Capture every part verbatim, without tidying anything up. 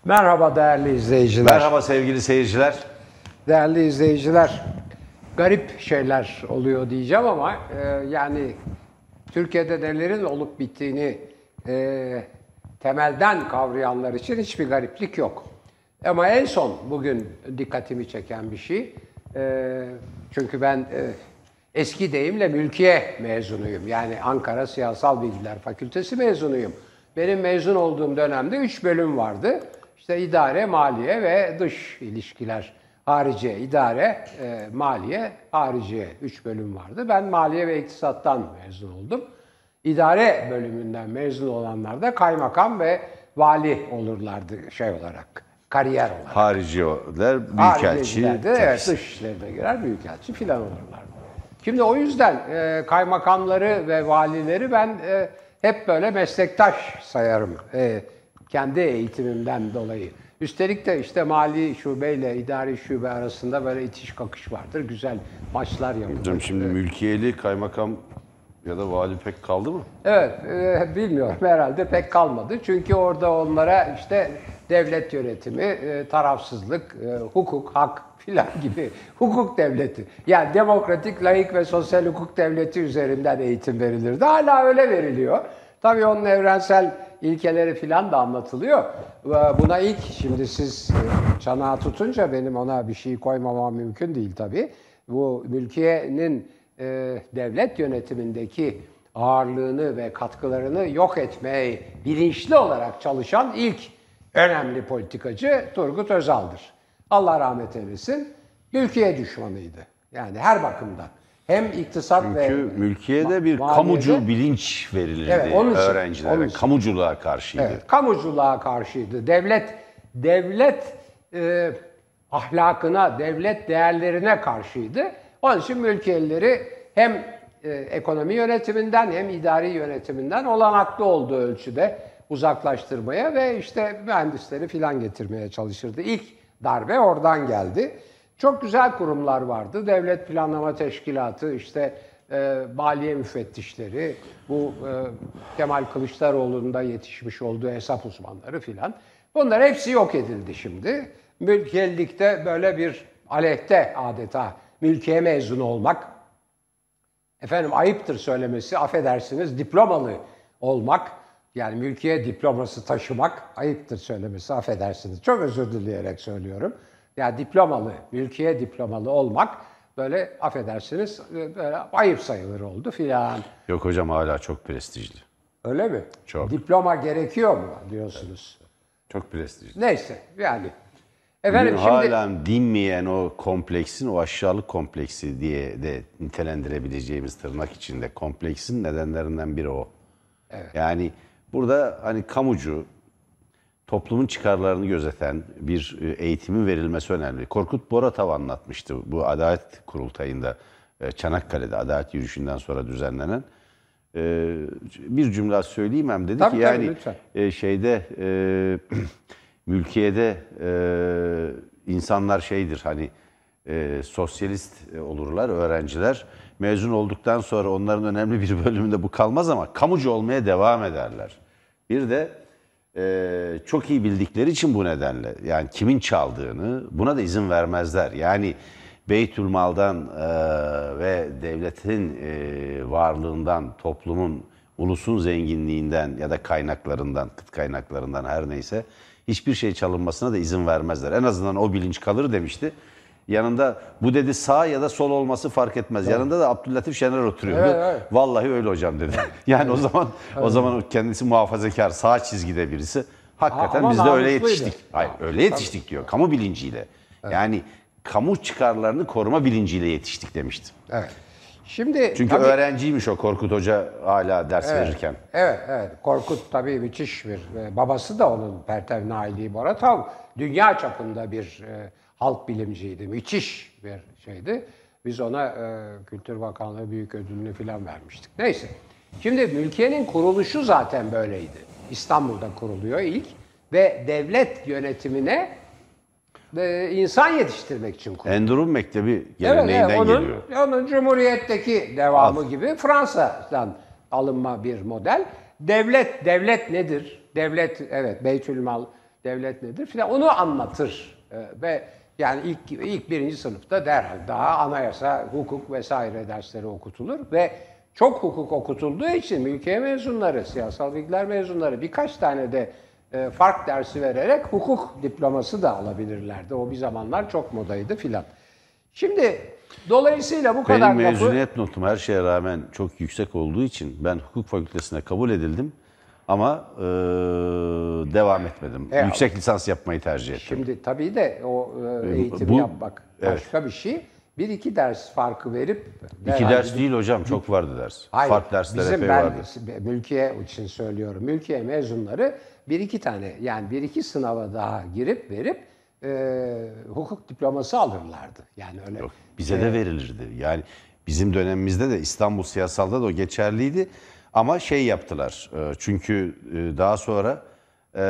Merhaba değerli izleyiciler. Merhaba sevgili seyirciler. Değerli izleyiciler, garip şeyler oluyor diyeceğim ama e, yani Türkiye'de nelerin olup bittiğini e, temelden kavrayanlar için hiçbir gariplik yok. Ama en son bugün dikkatimi çeken bir şey, e, çünkü ben e, eski deyimle mülkiye mezunuyum. Yani Ankara Siyasal Bilgiler Fakültesi mezunuyum. Benim mezun olduğum dönemde üç bölüm vardı. İşte idare, maliye ve dış ilişkiler, hariciye, idare, e, maliye, hariciye üç bölüm vardı. Ben maliye ve iktisattan mezun oldum. İdare bölümünden mezun olanlar da kaymakam ve vali olurlardı şey olarak, kariyer olarak. Hariciler, büyükelçi. De, evet, dış işlerine girer, büyükelçi filan olurlardı. Şimdi o yüzden e, kaymakamları ve valileri ben e, hep böyle meslektaş sayarım. E, kendi eğitimimden dolayı. Üstelik de işte mali şubeyle idari şube arasında böyle itiş kakış vardır. Güzel maçlar yapılır. Hocam şimdi evet. Mülkiyeli kaymakam ya da vali pek kaldı mı? Evet, e, bilmiyorum herhalde pek kalmadı. Çünkü orada onlara işte devlet yönetimi, e, tarafsızlık, e, hukuk, hak filan gibi hukuk devleti. Yani demokratik, laik ve sosyal hukuk devleti üzerinden eğitim verilirdi. Hala öyle veriliyor. Tabii onun evrensel ilkeleri filan da anlatılıyor. Buna ilk, şimdi siz çanağı tutunca benim ona bir şey koymamam mümkün değil tabii. Bu mülkiyenin e, devlet yönetimindeki ağırlığını ve katkılarını yok etmeye bilinçli olarak çalışan ilk önemli politikacı Turgut Özal'dır. Allah rahmet eylesin. Mülkiye düşmanıydı. Yani her bakımdan. Hem iktisat Çünkü ve mülkiyede bir maliyede, kamucu bilinç verilirdi evet, onun için, öğrencilere. Onun için. Kamuculuğa karşıydı. Evet, kamuculuğa karşıydı. Devlet devlet e, ahlakına, devlet değerlerine karşıydı. Onun için mülkiyelileri hem e, ekonomi yönetiminden hem idari yönetiminden olanaklı olduğu ölçüde uzaklaştırmaya ve işte mühendisleri filan getirmeye çalışırdı. İlk darbe oradan geldi. Çok güzel kurumlar vardı. Devlet Planlama Teşkilatı, işte e, maliye müfettişleri, bu e, Kemal Kılıçdaroğlu'nun da yetişmiş olduğu hesap uzmanları filan. Bunlar hepsi yok edildi şimdi. Mülkiyelikte böyle bir aleyhte adeta mülkiye mezunu olmak, efendim ayıptır söylemesi, affedersiniz diplomalı olmak, yani mülkiye diploması taşımak ayıptır söylemesi, affedersiniz. Çok özür dileyerek söylüyorum. Yani diplomalı, mülkiye diplomalı olmak böyle affedersiniz böyle ayıp sayılır oldu filan. Yok hocam hala çok prestijli. Öyle mi? Çok. Diploma gerekiyor mu diyorsunuz? Çok prestijli. Neyse yani. Efendim Bugün şimdi halen dinmeyen o kompleksin, o aşağılık kompleksi diye de nitelendirebileceğimiz tırnak içinde kompleksin nedenlerinden biri o. Evet. Yani burada hani kamucu, toplumun çıkarlarını gözeten bir eğitimin verilmesi önemli. Korkut Boratav anlatmıştı bu Adalet Kurultayı'nda, Çanakkale'de Adalet Yürüyüşü'nden sonra düzenlenen. Bir cümle söyleyeyim hem dedi tabii, ki tabii, yani lütfen. şeyde mülkiyede insanlar şeydir hani sosyalist olurlar öğrenciler. Mezun olduktan sonra onların önemli bir bölümünde bu kalmaz ama kamucu olmaya devam ederler. Bir de Ee, çok iyi bildikleri için bu nedenle yani kimin çaldığını buna da izin vermezler. Yani Beytülmal'dan e, ve devletin e, varlığından, toplumun, ulusun zenginliğinden ya da kaynaklarından, kıt kaynaklarından her neyse hiçbir şey çalınmasına da izin vermezler. En azından o bilinç kalır demişti. Yanında bu dedi sağ ya da sol olması fark etmez. Evet. Yanında da Abdüllatif Şener oturuyordu. Evet, evet. Vallahi öyle hocam dedi. Yani evet. o zaman evet. o zaman kendisi muhafazakar, sağ çizgide birisi. Hakikaten ha, biz de öyle yetiştik. Hayır, öyle yetiştik Tabii. diyor. Kamu bilinciyle. Evet. Yani kamu çıkarlarını koruma bilinciyle yetiştik demiştim. Evet. Şimdi çünkü tabii, öğrenciymiş o Korkut Hoca hala ders evet, verirken. Evet, evet. Korkut tabii müthiş bir babası da onun Pertev Naili Boratav dünya çapında bir e, halk bilimciydi. Müthiş bir şeydi. Biz ona e, Kültür Bakanlığı büyük ödülünü falan vermiştik. Neyse. Şimdi mülkiyenin kuruluşu zaten böyleydi. İstanbul'da kuruluyor ilk ve devlet yönetimine e, insan yetiştirmek için kuruluyor. Enderun Mektebi geleneğinden evet, evet, onun, geliyor. Onun Cumhuriyet'teki devamı Al. gibi Fransa'dan alınma bir model. Devlet, devlet nedir? Devlet, evet, Beytülmal, devlet nedir filan onu anlatır. E, ve yani ilk ilk birinci sınıfta derhal daha anayasa, hukuk vesaire dersleri okutulur ve çok hukuk okutulduğu için mülkiye mezunları, siyasal bilgiler mezunları birkaç tane de e, fark dersi vererek hukuk diploması da alabilirlerdi. O bir zamanlar çok modaydı filan. Şimdi dolayısıyla bu kadar Benim lafı... mezuniyet notum her şeye rağmen çok yüksek olduğu için ben hukuk fakültesine kabul edildim ama e, devam etmedim. E, yüksek lisans yapmayı tercih ettim. Şimdi tabii de o e, eğitimi bu- yapmak başka bir şey. Bir iki ders farkı verip... İki ders değil hocam, çok vardı ders. Hayır, Farklı dersler bizim epey ben vardı. mülkiye için söylüyorum. Mülkiye mezunları bir iki tane yani bir iki sınava daha girip verip e, hukuk diploması alırlardı. Yani öyle. Yok, bize de verilirdi. Yani bizim dönemimizde de İstanbul siyasalda da o geçerliydi. Ama şey yaptılar. e, Çünkü e, daha sonra e,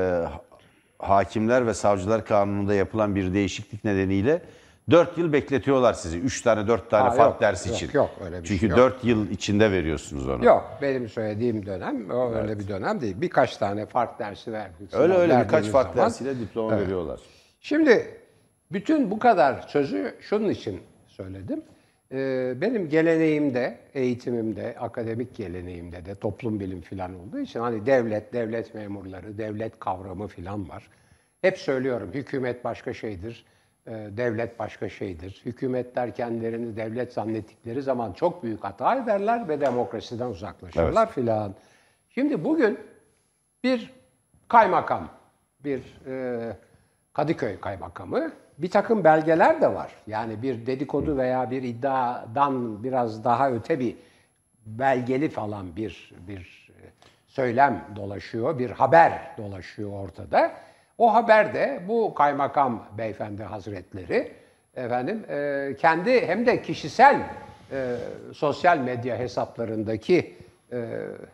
hakimler ve savcılar kanununda yapılan bir değişiklik nedeniyle dört yıl bekletiyorlar sizi. üç tane dört tane Ha, fark yok, dersi yok, için. yok, öyle bir Çünkü şey yok. dört yıl içinde veriyorsunuz onu. Yok, benim söylediğim dönem o öyle bir dönem değil. Birkaç tane fark dersi verdik. Öyle Sınav öyle birkaç verdiğimiz fark zaman. dersiyle diploma veriyorlar. Şimdi bütün bu kadar sözü şunun için söyledim. Ee, benim geleneğimde, eğitimimde, akademik geleneğimde de toplum bilim falan olduğu için hani devlet, devlet memurları, devlet kavramı falan var. Hep söylüyorum hükümet başka şeydir, e, devlet başka şeydir. Hükümetler kendilerini devlet zannettikleri zaman çok büyük hata ederler ve demokrasiden uzaklaşırlar filan. Şimdi bugün bir kaymakam, bir e, Kadıköy kaymakamı, bir takım belgeler de var. Yani bir dedikodu veya bir iddiadan biraz daha öte bir belgeli falan bir bir söylem dolaşıyor, bir haber dolaşıyor ortada. O haber de bu kaymakam beyefendi hazretleri efendim e, kendi hem de kişisel e, sosyal medya hesaplarındaki e,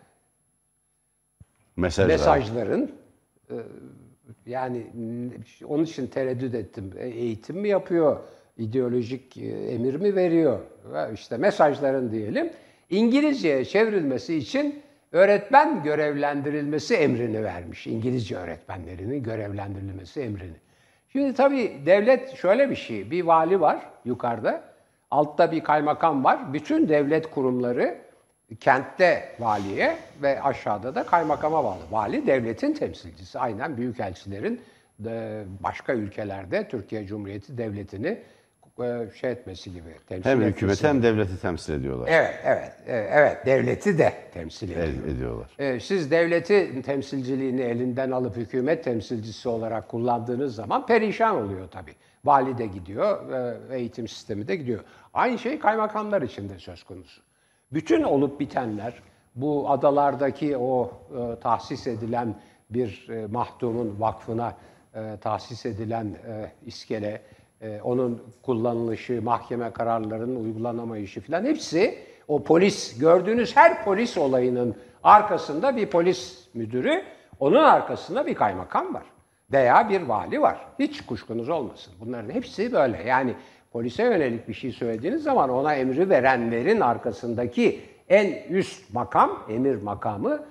Mesajlar. mesajların e, yani onun için tereddüt ettim. E, Eğitim mi yapıyor? İdeolojik e, emir mi veriyor? Ve işte mesajların diyelim İngilizceye çevrilmesi için öğretmen görevlendirilmesi emrini vermiş. İngilizce öğretmenlerinin görevlendirilmesi emrini. Şimdi tabii devlet şöyle bir şey. Bir vali var yukarıda. Altta bir kaymakam var. Bütün devlet kurumları kentte valiye ve aşağıda da kaymakama bağlı. Vali devletin temsilcisi. Aynen büyükelçilerin de başka ülkelerde Türkiye Cumhuriyeti Devleti'ni e, şey etmesi gibi. Temsil Hem etmesi hükümeti gibi. hem devleti temsil ediyorlar. Evet, evet, evet, evet. Devleti de temsil ediyor. Ed- ediyorlar. Ee, Siz devleti temsilciliğini elinden alıp hükümet temsilcisi olarak kullandığınız zaman perişan oluyor tabii. Vali de gidiyor, e, eğitim sistemi de gidiyor. Aynı şey kaymakamlar için de söz konusu. Bütün olup bitenler, bu adalardaki o e, tahsis edilen bir e, mahdumun vakfına e, tahsis edilen e, iskele, e, onun kullanılışı, mahkeme kararlarının uygulanamayışı falan hepsi o polis, gördüğünüz her polis olayının arkasında bir polis müdürü, onun arkasında bir kaymakam var. Veya bir vali var. Hiç kuşkunuz olmasın. Bunların hepsi böyle. Yani polise yönelik bir şey söylediğiniz zaman ona emri verenlerin arkasındaki en üst makam, emir makamı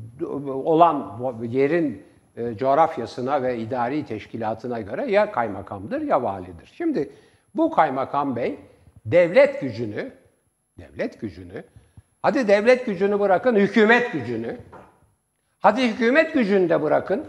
olan yerin e, coğrafyasına ve idari teşkilatına göre ya kaymakamdır ya validir. Şimdi bu kaymakam bey devlet gücünü, devlet gücünü, hadi devlet gücünü bırakın, hükümet gücünü, hadi hükümet gücünü de bırakın,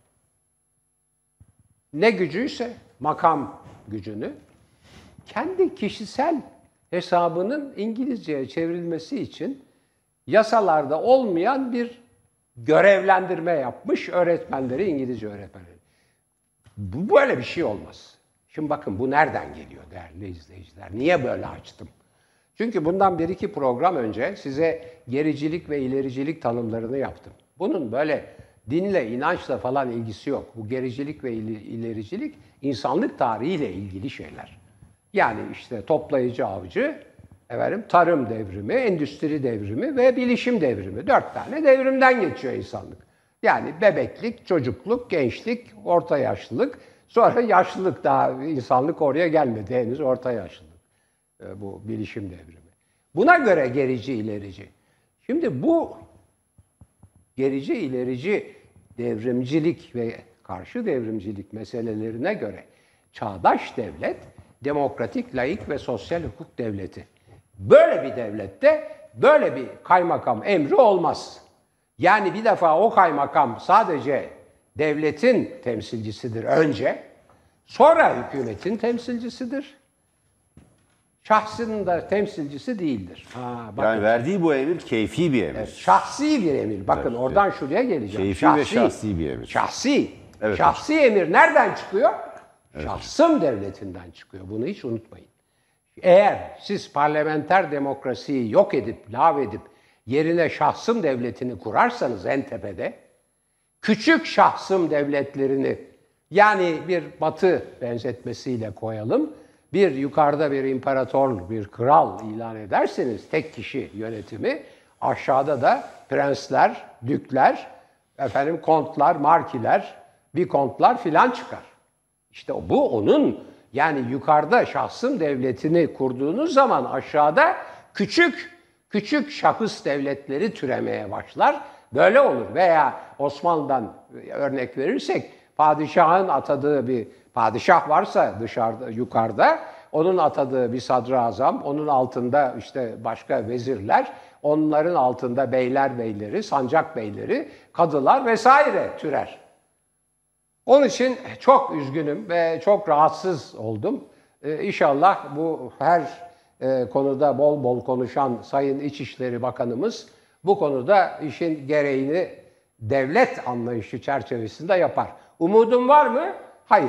ne gücüyse makam gücünü, kendi kişisel hesabının İngilizceye çevrilmesi için yasalarda olmayan bir görevlendirme yapmış öğretmenleri, İngilizce öğretmenleri. Bu böyle bir şey olmaz. Şimdi bakın bu nereden geliyor değerli izleyiciler? Niye böyle açtım? Çünkü bundan bir iki program önce size gericilik ve ilericilik tanımlarını yaptım. Bunun böyle dinle, inançla falan ilgisi yok. Bu gericilik ve ilericilik insanlık tarihiyle ilgili şeyler. Yani işte toplayıcı avcı, efendim, tarım devrimi, endüstri devrimi ve bilişim devrimi. Dört tane devrimden geçiyor insanlık. Yani bebeklik, çocukluk, gençlik, orta yaşlılık, sonra yaşlılık, daha insanlık oraya gelmedi henüz, orta yaşlılık. Bu bilişim devrimi. Buna göre gerici, ilerici. Şimdi bu gerici, ilerici devrimcilik ve karşı devrimcilik meselelerine göre çağdaş devlet, demokratik, laik ve sosyal hukuk devleti. Böyle bir devlette böyle bir kaymakam emri olmaz. Yani bir defa o kaymakam sadece devletin temsilcisidir önce, sonra hükümetin temsilcisidir. Şahsının da temsilcisi değildir. Ha, bakın. Yani verdiği bu emir keyfi bir emir. Evet, şahsi bir emir. Bakın evet, oradan evet. şuraya geleceğim. Keyfi şahsi, ve şahsi bir emir. Şahsi. Evet, şahsi evet. emir nereden çıkıyor? Evet. Şahsım devletinden çıkıyor. Bunu hiç unutmayın. Eğer siz parlamenter demokrasiyi yok edip, lağvedip yerine şahsım devletini kurarsanız en tepede, küçük şahsım devletlerini, yani bir batı benzetmesiyle koyalım, bir yukarıda bir imparator, bir kral ilan ederseniz tek kişi yönetimi, aşağıda da prensler, dükler, efendim kontlar, markiler, vikontlar filan çıkar. İşte bu onun, yani yukarıda şahsım devletini kurduğunuz zaman aşağıda küçük küçük şahıs devletleri türemeye başlar. Böyle olur. Veya Osmanlı'dan örnek verirsek, padişahın atadığı bir padişah varsa dışarıda, yukarıda, onun atadığı bir sadrazam, onun altında işte başka vezirler, onların altında beyler beyleri, sancak beyleri, kadılar vesaire türer. Onun için çok üzgünüm ve çok rahatsız oldum. Ee, İnşallah bu her e, konuda bol bol konuşan Sayın İçişleri Bakanımız bu konuda işin gereğini devlet anlayışı çerçevesinde yapar. Umudum var mı? Hayır.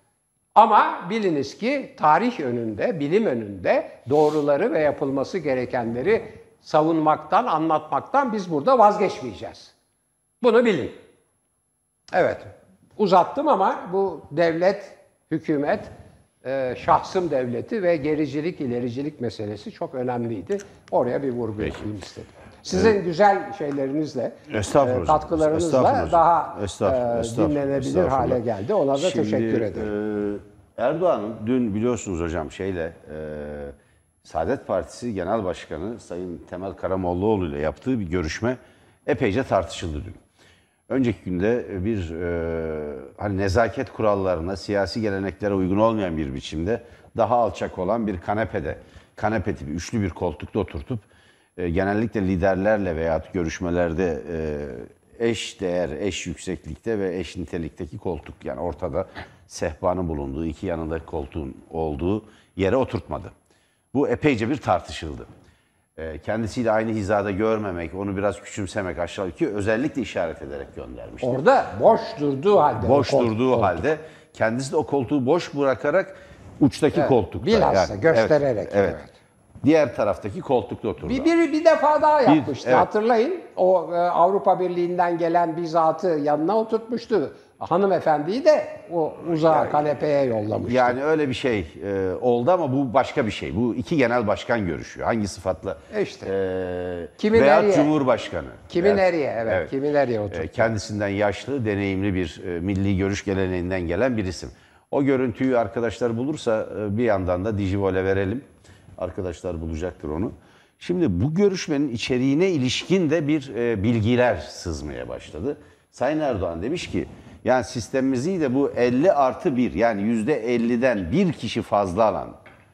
Ama biliniz ki tarih önünde, bilim önünde doğruları ve yapılması gerekenleri savunmaktan, anlatmaktan biz burada vazgeçmeyeceğiz. Bunu bilin. Evet, uzattım ama bu devlet, hükümet, e, şahsım devleti ve gericilik, ilericilik meselesi çok önemliydi. Oraya bir vurgu yapayım istedim. Sizin evet. güzel şeylerinizle, e, katkılarınızla estağfurullah daha estağfurullah. E, estağfurullah. dinlenebilir estağfurullah. hale geldi. Ona da Şimdi, teşekkür ederim. E, Erdoğan'ın dün biliyorsunuz hocam şeyle e, Saadet Partisi Genel Başkanı Sayın Temel Karamollaoğlu ile yaptığı bir görüşme epeyce tartışıldı dün. Önceki günde bir e, hani nezaket kurallarına, siyasi geleneklere uygun olmayan bir biçimde daha alçak olan bir kanepede, kanepe tipi üçlü bir koltukta oturtup e, genellikle liderlerle veya görüşmelerde e, eş değer, eş yükseklikte ve eş nitelikteki koltuk, yani ortada sehpanın bulunduğu, iki yanında koltuğun olduğu yere oturtmadı. Bu epeyce bir tartışıldı. Kendisiyle aynı hizada görmemek, onu biraz küçümsemek aşağı ki özellikle işaret ederek göndermişti. Orada boş durduğu halde. Boş durduğu koltuk. halde kendisi de o koltuğu boş bırakarak uçtaki evet, koltukta. Bilhassa yani, göstererek. Evet, evet. Diğer taraftaki koltukta oturdu. Bir, bir, bir defa daha yapmıştı. Bir, evet. Hatırlayın. O e, Avrupa Birliği'nden gelen bir zatı yanına oturtmuştu. Hanımefendiyi de o uzağa yani, kanepeye yollamıştı. Yani öyle bir şey e, oldu ama bu başka bir şey. Bu iki genel başkan görüşüyor. Hangi sıfatla? İşte. E, kimin veya nereye? Cumhurbaşkanı. Kimin nereye? Evet, evet. Kimin nereye oturdu? E, kendisinden yaşlı, deneyimli bir e, milli görüş geleneğinden gelen bir isim. O görüntüyü arkadaşlar bulursa e, bir yandan da Dijivole verelim. Arkadaşlar bulacaktır onu. Şimdi bu görüşmenin içeriğine ilişkin de bir e, bilgiler sızmaya başladı. Sayın Erdoğan demiş ki, yani sistemimizi de bu elli artı bir, yani yüzde elliden bir kişi fazla alan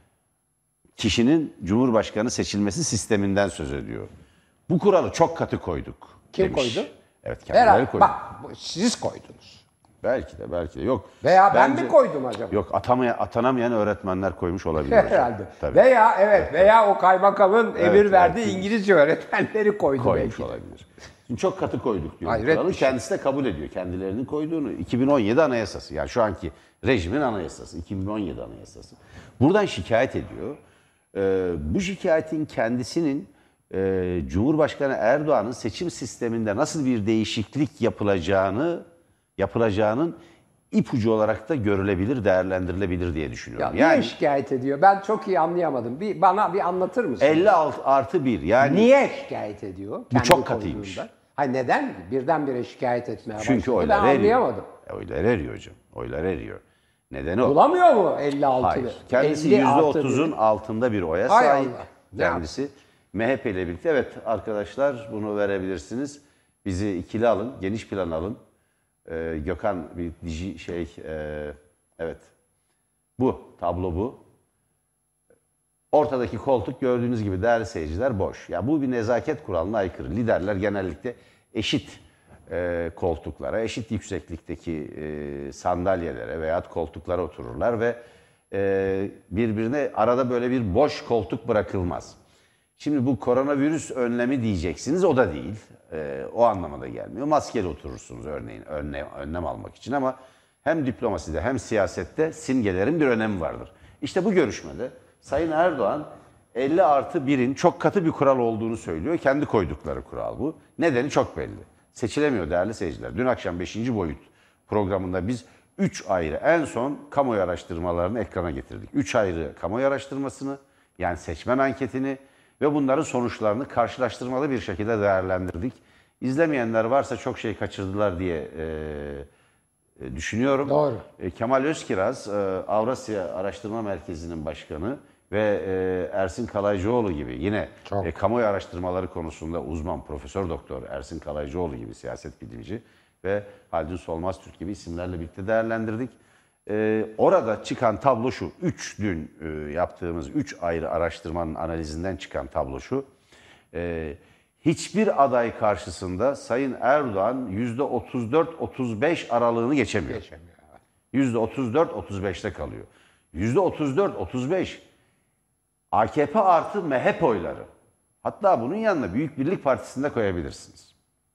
kişinin Cumhurbaşkanı seçilmesi sisteminden söz ediyor. Bu kuralı çok katı koyduk Kim demiş. koydu? Evet, kendileri koydu. Bak, siz koydunuz. Belki de, belki de. Yok. Veya ben Bence, mi koydum acaba? Yok, atamaya, atanamayan öğretmenler koymuş olabilir. Herhalde. Tabii. Veya evet, evet veya o kaymakamın evet, emir evet, verdiği evet. İngilizce öğretmenleri koydu koymuş belki. olabilir. Şimdi çok katı koyduk diyor. Hayret Kuralı. şey. Kendisi de kabul ediyor kendilerinin koyduğunu. iki bin on yedi Anayasası, yani şu anki rejimin anayasası, iki bin on yedi Anayasası. Buradan şikayet ediyor. Ee, bu şikayetin kendisinin e, Cumhurbaşkanı Erdoğan'ın seçim sisteminde nasıl bir değişiklik yapılacağını yapılacağının ipucu olarak da görülebilir, değerlendirilebilir diye düşünüyorum. Ya yani niye şikayet ediyor? Ben çok iyi anlayamadım. Bir bana bir anlatır mısın? elli artı bir, yani niye şikayet ediyor? Bu çok katıymış. Hayır, neden? Birdenbire şikayet etmeye başladı. Çünkü oylar eriyor. Ben anlayamadım. Oylar eriyor hocam. Oylar eriyor. Nedeni o. Bulamıyor mu elli altı? Hayır. Kendisi yüzde otuzun altında bir oya Hay sahip. Allah. Kendisi M H P ile birlikte. Evet arkadaşlar, bunu verebilirsiniz. Bizi ikili alın, geniş plan alın. e, Gökhan bir diji şey e, evet bu tablo bu. Ortadaki koltuk gördüğünüz gibi değerli seyirciler boş. Ya bu bir nezaket kuralına aykırı. Liderler genellikle eşit e, koltuklara, eşit yükseklikteki e, sandalyelere veya koltuklara otururlar ve e, birbirine arada böyle bir boş koltuk bırakılmaz. Şimdi bu koronavirüs önlemi diyeceksiniz, o da değil. E, o anlamada gelmiyor. Maskeli oturursunuz örneğin önlem, önlem almak için ama hem diplomaside hem siyasette simgelerin bir önemi vardır. İşte bu görüşmede Sayın Erdoğan elli artı birin çok katı bir kural olduğunu söylüyor. Kendi koydukları kural bu. Nedeni çok belli. Seçilemiyor değerli seyirciler. Dün akşam beşinci boyut programında biz üç ayrı en son kamuoyu araştırmalarını ekrana getirdik. üç ayrı kamuoyu araştırmasını yani seçmen anketini ve bunların sonuçlarını karşılaştırmalı bir şekilde değerlendirdik. İzlemeyenler varsa çok şey kaçırdılar diye e, düşünüyorum. Doğru. E, Kemal Özkiraz, e, Avrasya Araştırma Merkezi'nin başkanı ve e, Ersin Kalaycıoğlu gibi yine e, kamuoyu araştırmaları konusunda uzman Profesör Doktor Ersin Kalaycıoğlu gibi siyaset bilimci ve Haldun Solmaz Türk gibi isimlerle birlikte değerlendirdik. E, orada çıkan tablo şu, üç dün e, yaptığımız üç ayrı araştırmanın analizinden çıkan tablo şu. E, hiçbir aday karşısında Sayın Erdoğan yüzde otuz dört otuz beş aralığını geçemiyor. Geçemiyor. yüzde otuz dört otuz beşte kalıyor. yüzde otuz dört otuz beş A K P artı M H P oyları. Hatta bunun yanına Büyük Birlik Partisi'nde koyabilirsiniz.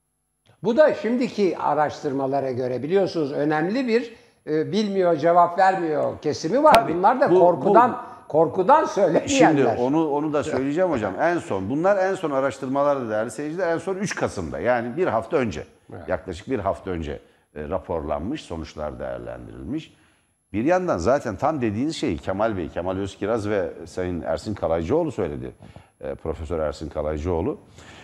Bu da şimdiki araştırmalara göre biliyorsunuz önemli bir e, bilmiyor, cevap vermiyor kesimi var. Tabii, Bunlar da bu- korkudan korkudan söylemeyenler. Şimdi onu onu da söyleyeceğim hocam. En son bunlar en son araştırmalarda değerli seyirciler en son üç Kasım'da yani bir hafta önce Evet. yaklaşık bir hafta önce e, raporlanmış, sonuçlar değerlendirilmiş. Bir yandan zaten tam dediğiniz şeyi Kemal Bey, Kemal Özkiraz ve Sayın Ersin Kalaycıoğlu söyledi. E, Profesör Ersin Kalaycıoğlu.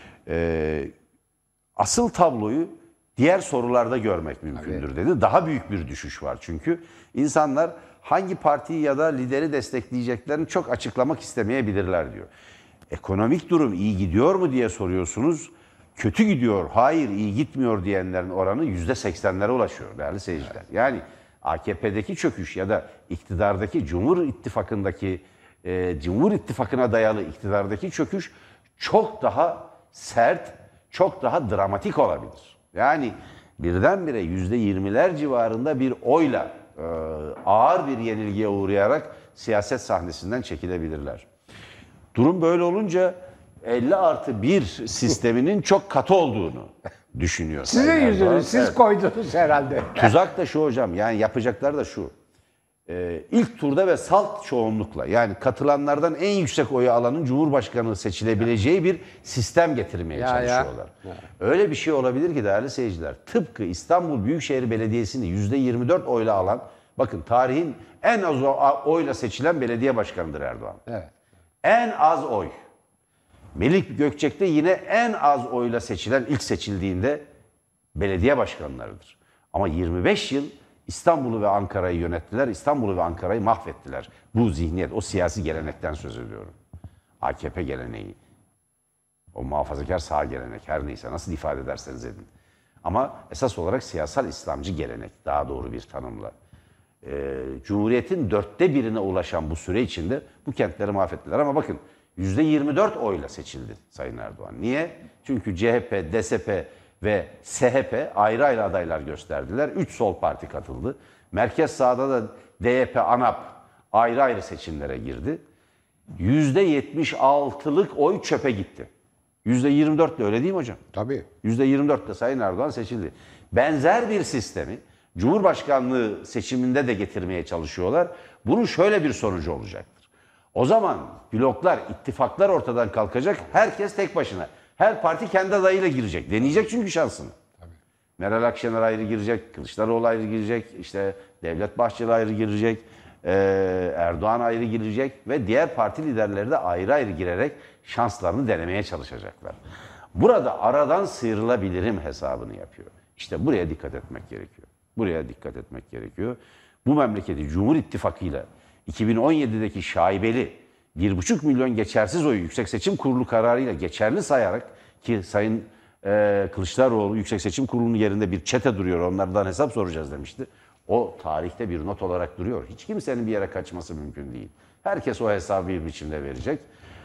E, asıl tabloyu diğer sorularda görmek mümkündür dedi. Daha büyük bir düşüş var çünkü insanlar hangi partiyi ya da lideri destekleyeceklerini çok açıklamak istemeyebilirler diyor. Ekonomik durum iyi gidiyor mu diye soruyorsunuz. Kötü gidiyor, hayır iyi gitmiyor diyenlerin oranı yüzde seksenlere ulaşıyor değerli seyirciler. Yani A K P'deki çöküş ya da iktidardaki Cumhur İttifakı'ndaki e, Cumhur İttifakı'na dayalı iktidardaki çöküş çok daha sert, çok daha dramatik olabilir. Yani birdenbire yüzde yirmiler civarında bir oyla e, ağır bir yenilgiye uğrayarak siyaset sahnesinden çekilebilirler. Durum böyle olunca elli artı bir sisteminin çok katı olduğunu düşünüyor. Sizin Sayın Erdoğan. yüzünüz, siz Evet. koydunuz herhalde. Tuzak da şu hocam, yani yapacaklar da şu. Ee, ilk turda ve salt çoğunlukla, yani katılanlardan en yüksek oyu alanın Cumhurbaşkanı seçilebileceği bir sistem getirmeye Ya, ya. çalışıyorlar. Öyle bir şey olabilir ki değerli seyirciler, tıpkı İstanbul Büyükşehir Belediyesi'ni yüzde yirmi dört oyla alan, bakın tarihin en az o- oyla seçilen belediye başkanıdır Erdoğan. Evet. En az oy. Melik Gökçek'te yine en az oyla seçilen, ilk seçildiğinde belediye başkanlarıdır. Ama yirmi beş yıl İstanbul'u ve Ankara'yı yönettiler. İstanbul'u ve Ankara'yı mahvettiler. Bu zihniyet, o siyasi gelenekten söz ediyorum. A K P geleneği. O muhafazakar sağ gelenek, her neyse nasıl ifade ederseniz edin. Ama esas olarak siyasal İslamcı gelenek, daha doğru bir tanımla. Ee, Cumhuriyet'in dörtte birine ulaşan bu süre içinde bu kentleri mahvettiler. Ama bakın yüzde yirmi dört oyla seçildi Sayın Erdoğan. Niye? Çünkü C H P, D S P ve S H P ayrı ayrı adaylar gösterdiler. Üç sol parti katıldı. Merkez sağda da D Y P, ANAP ayrı ayrı seçimlere girdi. yüzde yetmiş altılık oy çöpe gitti. yüzde yirmi dört de öyle değil mi hocam? Tabii. yüzde yirmi dört de Sayın Erdoğan seçildi. Benzer bir sistemi Cumhurbaşkanlığı seçiminde de getirmeye çalışıyorlar. Bunun şöyle bir sonucu olacaktır. O zaman bloklar, ittifaklar ortadan kalkacak. Herkes tek başına. Her parti kendi adayıyla girecek. Deneyecek çünkü şansını. Tabii. Meral Akşener ayrı girecek, Kılıçdaroğlu ayrı girecek, işte Devlet Bahçeli ayrı girecek, Erdoğan ayrı girecek ve diğer parti liderleri de ayrı ayrı girerek şanslarını denemeye çalışacaklar. Burada aradan sıyrılabilirim hesabını yapıyor. İşte buraya dikkat etmek gerekiyor. Buraya dikkat etmek gerekiyor. Bu memleketi Cumhur İttifakı'yla iki bin on yedideki şaibeli bir buçuk milyon geçersiz oyu Yüksek Seçim Kurulu kararıyla geçerli sayarak, ki Sayın Ee, Kılıçdaroğlu Yüksek Seçim Kurulu'nun yerinde bir çete duruyor, onlardan hesap soracağız demişti. O tarihte bir not olarak duruyor. Hiç kimsenin bir yere kaçması mümkün değil. Herkes o hesabı bir biçimde verecek.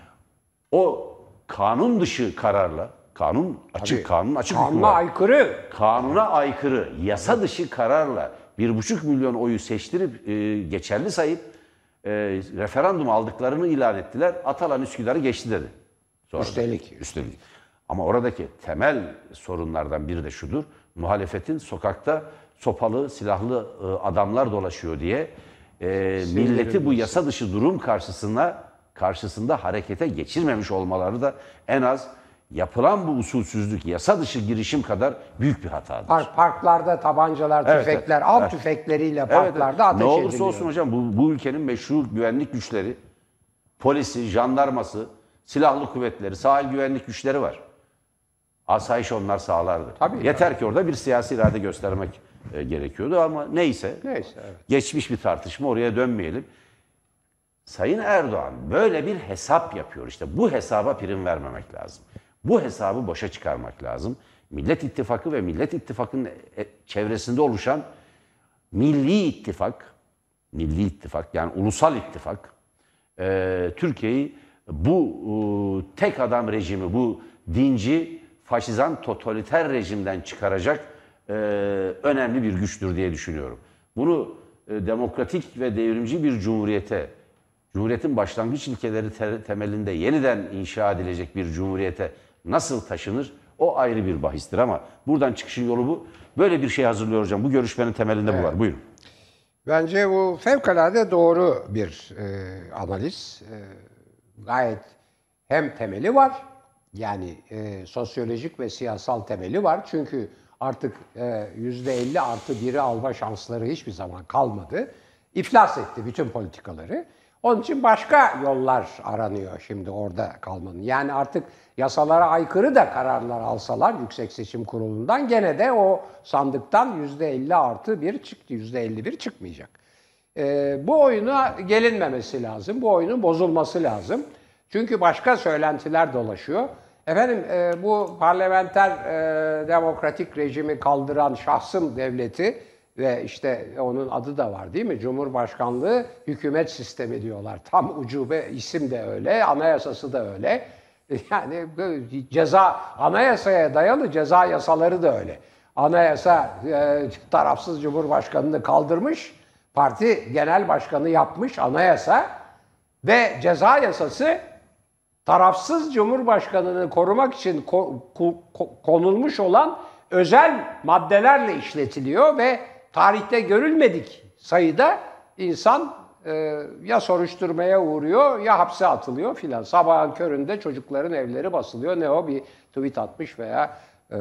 O kanun dışı kararla, kanun açık, Tabii, kanun açık kanuna hükmü var. aykırı. Kanuna aykırı, yasa dışı kararla bir buçuk milyon oyu seçtirip e, geçerli sayıp e, referandum aldıklarını ilan ettiler. Atalan Üsküdar'ı geçti dedi. Sonra Üstelik. Da, üstelik. Ama oradaki temel sorunlardan biri de şudur. Muhalefetin sokakta sopalı, silahlı e, adamlar dolaşıyor diye e, milleti bu yasa dışı durum karşısında karşısında harekete geçirmemiş olmaları da en az yapılan bu usulsüzlük, yasa dışı girişim kadar büyük bir hatadır. Park, parklarda tabancalar, Evet, tüfekler, evet. av Evet. tüfekleriyle Evet, parklarda evet. ateş Ne olursa ediliyor. olsun hocam bu, bu ülkenin meşru güvenlik güçleri, polisi, jandarması, silahlı kuvvetleri, sahil güvenlik güçleri var. Asayiş onlar sağlardı. Tabii Yeter ya. ki orada bir siyasi irade göstermek e, gerekiyordu ama neyse. Neyse, evet. Geçmiş bir tartışma, oraya dönmeyelim. Sayın Erdoğan böyle bir hesap yapıyor. İşte bu hesaba prim vermemek lazım. Bu hesabı boşa çıkarmak lazım. Millet İttifakı ve Millet İttifakı'nın çevresinde oluşan Milli İttifak, Milli İttifak yani ulusal ittifak, e, Türkiye'yi bu e, tek adam rejimi, bu dinci, faşizan, totaliter rejimden çıkaracak e, önemli bir güçtür diye düşünüyorum. Bunu e, demokratik ve devrimci bir cumhuriyete, Cumhuriyetin başlangıç ilkeleri te- temelinde yeniden inşa edilecek bir cumhuriyete nasıl taşınır? O ayrı bir bahistir ama buradan çıkışın yolu bu. Böyle bir şey hazırlıyor hocam. Bu görüşmenin temelinde evet. bu var. Buyurun. Bence bu fevkalade doğru bir e, analiz. E, gayet hem temeli var, yani e, sosyolojik ve siyasal temeli var. Çünkü artık e, yüzde elli artı biri alma şansları hiçbir zaman kalmadı. İflas etti bütün politikaları. Onun için başka yollar aranıyor şimdi orada kalmanın. Yani artık yasalara aykırı da kararlar alsalar Yüksek Seçim Kurulu'ndan gene de o sandıktan yüzde elli artı bir çıktı. yüzde elli bir çıkmayacak. Ee, bu oyuna gelinmemesi lazım. Bu oyunun bozulması lazım. Çünkü başka söylentiler dolaşıyor. Efendim e, bu parlamenter e, demokratik rejimi kaldıran şahsım devleti ve işte onun adı da var değil mi? Cumhurbaşkanlığı hükümet sistemi diyorlar. Tam ucube isim de öyle, anayasası da öyle. Yani ceza, anayasaya dayalı ceza yasaları da öyle. Anayasa e, tarafsız Cumhurbaşkanı'nı kaldırmış, parti genel başkanı yapmış anayasa ve ceza yasası tarafsız Cumhurbaşkanı'nı korumak için ko- ko- konulmuş olan özel maddelerle işletiliyor ve tarihte görülmedik sayıda insan e, ya soruşturmaya uğruyor ya hapse atılıyor filan. Sabahın köründe çocukların evleri basılıyor. Ne o bir tweet atmış veya e,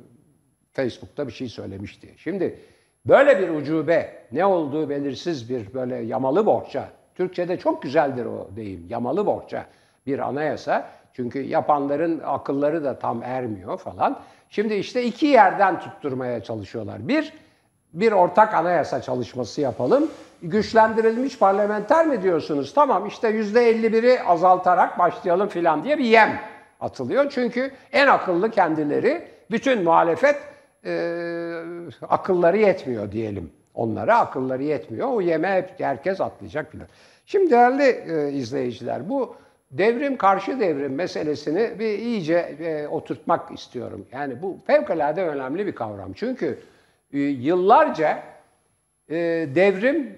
Facebook'ta bir şey söylemiş diye. Şimdi böyle bir ucube, ne olduğu belirsiz bir böyle yamalı bohça, Türkçe'de çok güzeldir o deyim, yamalı bohça bir anayasa. Çünkü yapanların akılları da tam ermiyor falan. Şimdi işte iki yerden tutturmaya çalışıyorlar. Bir, bir ortak anayasa çalışması yapalım. Güçlendirilmiş parlamenter mi diyorsunuz? Tamam işte yüzde elli biri azaltarak başlayalım filan diye bir yem atılıyor. Çünkü en akıllı kendileri, bütün muhalefet e, akılları yetmiyor diyelim. Onlara akılları yetmiyor. O yeme hep herkes atlayacak filan. Şimdi değerli e, izleyiciler, bu devrim karşı devrim meselesini bir iyice e, oturtmak istiyorum. Yani bu fevkalade önemli bir kavram. Çünkü e, yıllarca e, devrim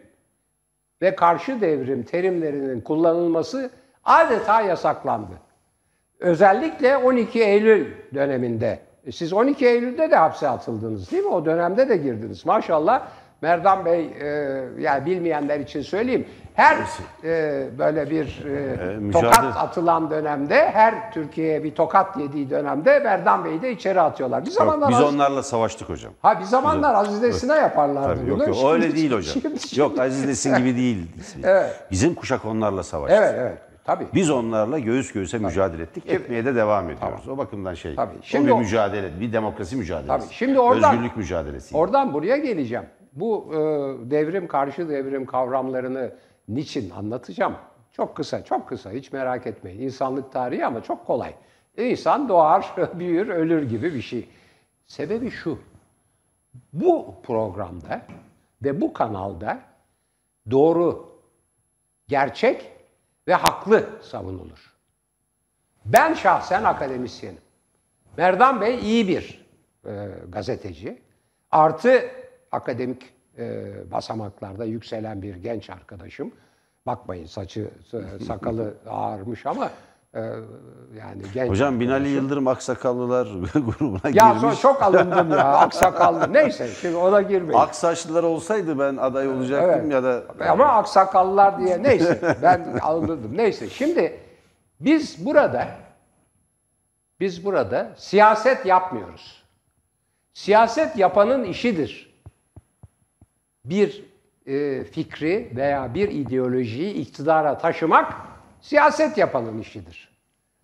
ve karşı devrim terimlerinin kullanılması adeta yasaklandı. Özellikle on iki Eylül döneminde. E, siz on iki Eylül'de de hapse atıldınız değil mi? O dönemde de girdiniz. Maşallah Merdan Bey, e, yani bilmeyenler için söyleyeyim. Her e, böyle bir e, e, tokat atılan dönemde, her Türkiye'ye bir tokat yediği dönemde Merdan Bey'i de içeri atıyorlar. Bir zamanlar Yok, biz Aziz, onlarla savaştık hocam. Ha bir zamanlar Aziz Nesin'e yaparlardı Tabii, bunu. yok, yok, öyle değil hocam. Şimdi, şimdi, yok Aziz Nesin gibi değil. Evet. Bizim kuşak onlarla savaştı. Evet, evet. Tabii. Biz onlarla göğüs göğüse tabii. mücadele ettik. Şimdi, etmeye de devam ediyoruz. tamam. O bakımdan şey. Tabii. Şimdi Şimdi o bir o, mücadele, bir demokrasi mücadelesi. Tabii. Şimdi oradan, özgürlük mücadelesi. Oradan buraya geleceğim. Bu e, devrim karşı devrim kavramlarını niçin anlatacağım? Çok kısa, çok kısa. Hiç merak etmeyin. İnsanlık tarihi ama çok kolay. İnsan doğar, büyür, ölür gibi bir şey. Sebebi şu, bu programda ve bu kanalda doğru, gerçek ve haklı savunulur. Ben şahsen akademisyenim. Merdan Bey iyi bir e, gazeteci. Artı akademik e, basamaklarda yükselen bir genç arkadaşım. Bakmayın saçı, sakalı ağarmış ama e, yani genç. Hocam Binali Yıldırım Aksakallılar grubuna ya girmiş. Ya çok alındım ya aksakallı. Neyse şimdi ona girmeyin. Aksaçlılar olsaydı ben aday olacaktım evet. ya da. Ama aksakallılar diye neyse ben alındım. Neyse şimdi biz burada biz burada siyaset yapmıyoruz. Siyaset yapanın işidir. Bir e, fikri veya bir ideolojiyi iktidara taşımak siyaset yapanın işidir.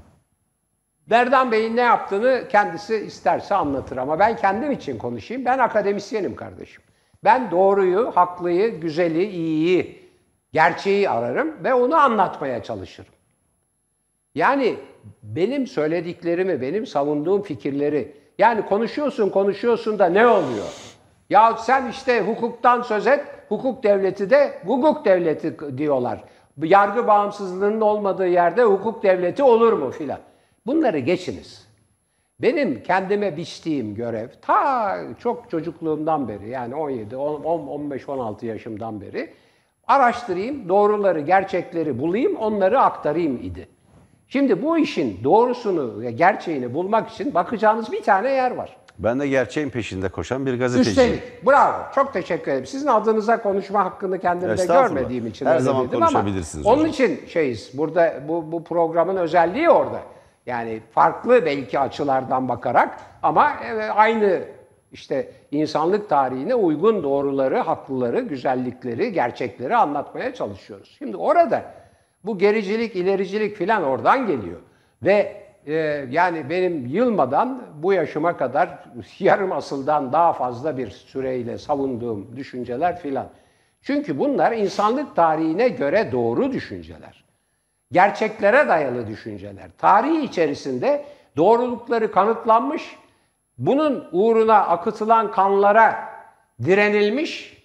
Merdan Bey'in ne yaptığını kendisi isterse anlatır ama ben kendim için konuşayım. Ben akademisyenim kardeşim. Ben doğruyu, haklıyı, güzeli, iyiyi, gerçeği ararım ve onu anlatmaya çalışırım. Yani benim söylediklerimi, benim savunduğum fikirleri, yani konuşuyorsun konuşuyorsun da ne oluyor? Ya sen işte hukuktan söz et, hukuk devleti de hukuk devleti diyorlar. Yargı bağımsızlığının olmadığı yerde hukuk devleti olur mu filan? Bunları geçiniz. Benim kendime biçtiğim görev ta çok çocukluğumdan beri yani on yedi, on beş, on altı yaşımdan beri araştırayım, doğruları, gerçekleri bulayım, onları aktarayım idi. Şimdi bu işin doğrusunu ve gerçeğini bulmak için bakacağınız bir tane yer var. Ben de gerçeğin peşinde koşan bir gazeteciyim. Üstelik, bravo. Çok teşekkür ederim. Sizin adınıza konuşma hakkını kendimde görmediğim için her öyle zaman dedim konuşabilirsiniz ama hocam. onun için şeyiz. Burada bu, bu programın özelliği orada. Yani farklı belki açılardan bakarak ama aynı işte insanlık tarihine uygun doğruları, haklıları, güzellikleri, gerçekleri anlatmaya çalışıyoruz. Şimdi orada bu gericilik, ilericilik filan oradan geliyor. Ve e, yani benim yılmadan bu yaşıma kadar yarım asıldan daha fazla bir süreyle savunduğum düşünceler filan. Çünkü bunlar insanlık tarihine göre doğru düşünceler. Gerçeklere dayalı düşünceler. Tarih içerisinde doğrulukları kanıtlanmış, bunun uğruna akıtılan kanlara direnilmiş,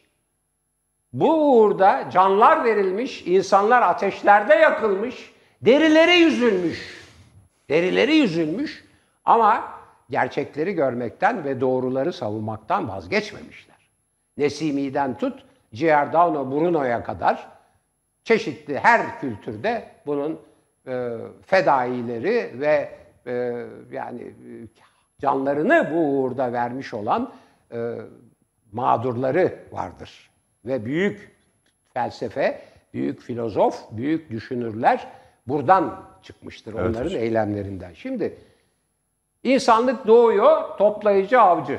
bu uğurda canlar verilmiş, insanlar ateşlerde yakılmış, derileri yüzülmüş. Derileri yüzülmüş ama gerçekleri görmekten ve doğruları savunmaktan vazgeçmemişler. Nesimi'den tut, Giordano Bruno'ya kadar çeşitli her kültürde bunun e, fedaileri ve e, yani e, canlarını bu uğurda vermiş olan e, mağdurları vardır. Ve büyük felsefe, büyük filozof, büyük düşünürler buradan çıkmıştır, evet, onların hocam. Eylemlerinden. Şimdi insanlık doğuyor, toplayıcı avcı.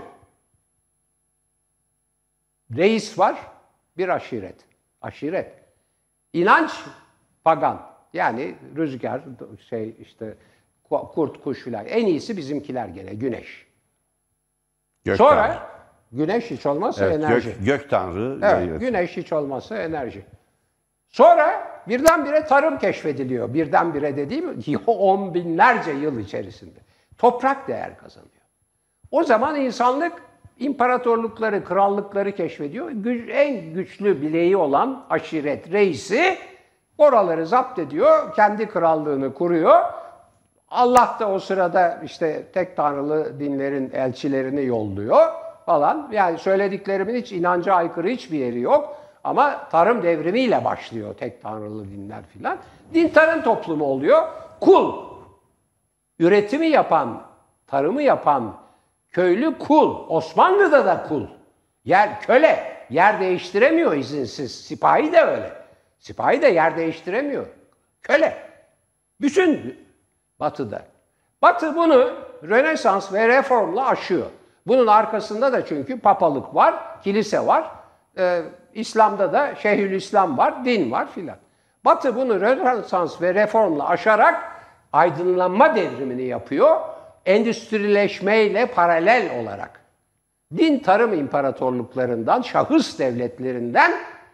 Reis var, bir aşiret. Aşiret. İnanç pagan. Yani rüzgar, şey işte kurt, kuş filan. En iyisi bizimkiler gene, güneş. Gök Sonra tanrı. Güneş hiç olmazsa evet, enerji. Gök, gök tanrı. Evet, evet, güneş hiç olmazsa enerji. Sonra birdenbire tarım keşfediliyor. Birdenbire dediğim on binlerce yıl içerisinde. Toprak değer kazanıyor. O zaman insanlık imparatorlukları, krallıkları keşfediyor. Güç, en güçlü bileği olan aşiret reisi oraları zapt ediyor. Kendi krallığını kuruyor. Allah da o sırada işte tek tanrılı dinlerin elçilerini yolluyor falan. Yani söylediklerimin hiç inanca aykırı hiçbir yeri yok. Ama tarım devrimiyle başlıyor tek tanrılı dinler filan. Din tarım toplumu oluyor. Kul. Üretimi yapan, tarımı yapan köylü kul. Osmanlı'da da kul. Yer köle. Yer değiştiremiyor izinsiz. Sipahi de öyle. Sipahi de yer değiştiremiyor. Köle. Bütün Batı'da. Batı bunu Rönesans ve Reform'la aşıyor. Bunun arkasında da çünkü papalık var, kilise var. Ee, İslam'da da Şeyhülislam var, din var filan. Batı bunu Rönesans ve Reform'la aşarak aydınlanma devrimini yapıyor. Endüstrileşmeyle paralel olarak. Din tarım imparatorluklarından, şahıs devletlerinden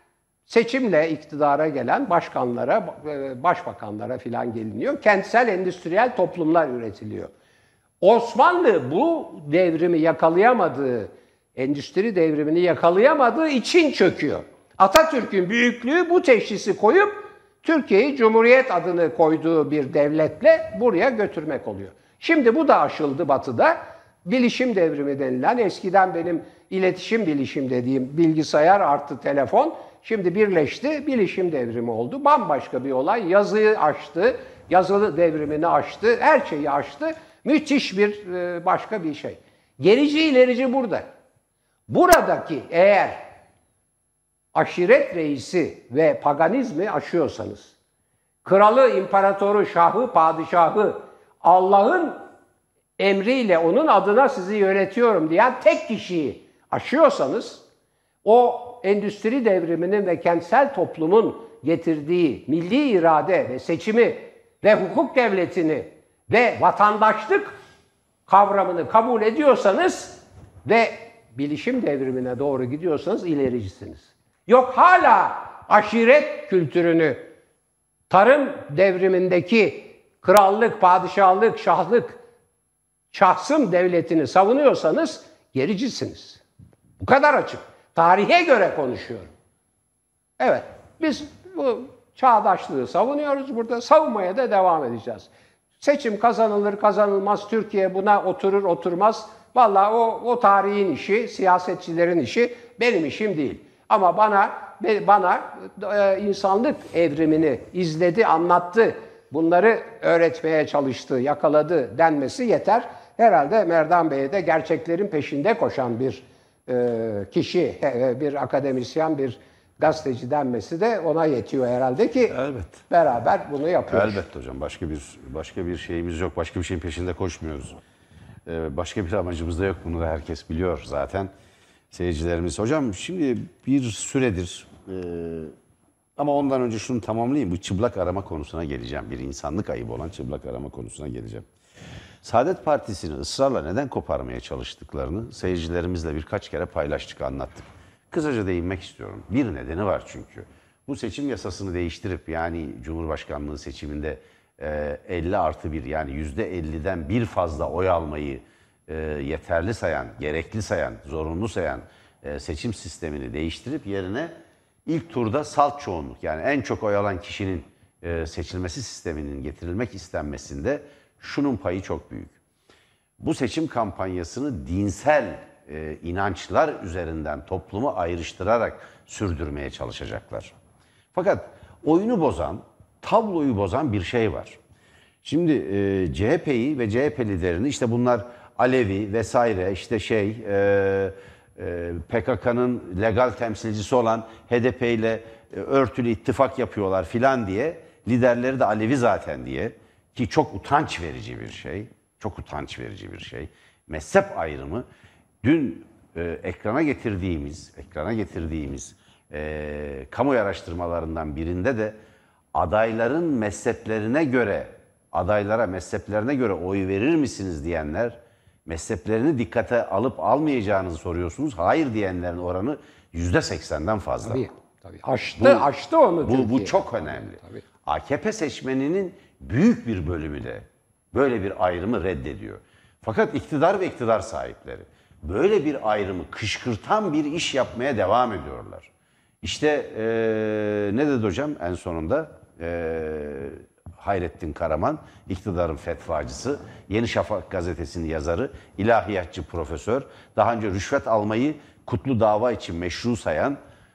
Seçimle iktidara gelen başkanlara, başbakanlara filan geliniyor. Kentsel endüstriyel toplumlar üretiliyor. Osmanlı bu devrimi yakalayamadığı, endüstri devrimini yakalayamadığı için çöküyor. Atatürk'ün büyüklüğü bu teşhisi koyup Türkiye'yi Cumhuriyet adını koyduğu bir devletle buraya götürmek oluyor. Şimdi bu da aşıldı Batı'da. Bilişim devrimi denilen, eskiden benim iletişim bilişim dediğim bilgisayar artı telefon, şimdi birleşti, bilişim devrimi oldu. Bambaşka bir olay. Yazıyı aştı, yazılı devrimini aştı, her şeyi aştı. Müthiş bir başka bir şey. Gerici ilerici burada. Buradaki eğer aşiret reisi ve paganizmi aşıyorsanız, kralı, imparatoru, şahı, padişahı, Allah'ın emriyle onun adına sizi yönetiyorum diyen tek kişiyi aşıyorsanız, o endüstri devriminin ve kentsel toplumun getirdiği milli irade ve seçimi ve hukuk devletini ve vatandaşlık kavramını kabul ediyorsanız ve bilişim devrimine doğru gidiyorsanız ilericisiniz. Yok hala aşiret kültürünü, tarım devrimindeki krallık, padişahlık, şahlık, şahsım devletini savunuyorsanız gericisiniz. Bu kadar açık. Tarihe göre konuşuyorum. Evet, biz bu çağdaşlığı savunuyoruz burada. Savunmaya da devam edeceğiz. Seçim kazanılır kazanılmaz, Türkiye buna oturur oturmaz. Vallahi o, o tarihin işi, siyasetçilerin işi, benim işim değil. Ama bana bana e, insanlık evrimini izledi, anlattı, bunları öğretmeye çalıştı, yakaladı denmesi yeter. Herhalde Merdan Bey'e de gerçeklerin peşinde koşan bir e, kişi, e, bir akademisyen, bir gazeteci denmesi de ona yetiyor herhalde ki elbet beraber bunu yapıyoruz. Elbette hocam. Başka bir başka bir şeyimiz yok. Başka bir şeyin peşinde koşmuyoruz. Ee, başka bir amacımız da yok. Bunu da herkes biliyor zaten. Seyircilerimiz. Hocam şimdi bir süredir e, ama ondan önce şunu tamamlayayım. Bu çıplak arama konusuna geleceğim. Bir insanlık ayıbı olan çıplak arama konusuna geleceğim. Saadet Partisi'ni ısrarla neden koparmaya çalıştıklarını seyircilerimizle birkaç kere paylaştık, anlattık. Kısaca değinmek istiyorum. Bir nedeni var çünkü. Bu seçim yasasını değiştirip yani Cumhurbaşkanlığı seçiminde elli artı bir yani yüzde elliden bir fazla oy almayı yeterli sayan, gerekli sayan, zorunlu sayan seçim sistemini değiştirip yerine ilk turda salt çoğunluk yani en çok oy alan kişinin seçilmesi sisteminin getirilmek istenmesinde şunun payı çok büyük. Bu seçim kampanyasını dinsel e, inançlar üzerinden toplumu ayrıştırarak sürdürmeye çalışacaklar. Fakat oyunu bozan, tabloyu bozan bir şey var. Şimdi e, C H P'yi ve C H P liderini işte bunlar Alevi vesaire işte şey e, e, P K K'nın legal temsilcisi olan H D P ile e, örtülü ittifak yapıyorlar filan diye liderleri de Alevi zaten diye ki çok utanç verici bir şey. Çok utanç verici bir şey. Mezhep ayrımı dün e, ekrana getirdiğimiz, ekrana getirdiğimiz e, kamuoyu araştırmalarından birinde de adayların mezheplerine göre, adaylara mezheplerine göre oy verir misiniz diyenler, mezheplerini dikkate alıp almayacağınızı soruyorsunuz. Hayır diyenlerin oranı yüzde seksenden fazla. Tabii, tabii. Aştı, bu, aştı onu bu, Türkiye. Bu çok önemli. Tabii. A K P seçmeninin büyük bir bölümü de böyle bir ayrımı reddediyor. Fakat iktidar ve iktidar sahipleri böyle bir ayrımı kışkırtan bir iş yapmaya devam ediyorlar. İşte ee, ne dedi hocam en sonunda? Ee, Hayrettin Karaman, iktidarın fetvacısı, Yeni Şafak gazetesinin yazarı, ilahiyatçı profesör, daha önce rüşvet almayı kutlu dava için meşru sayan,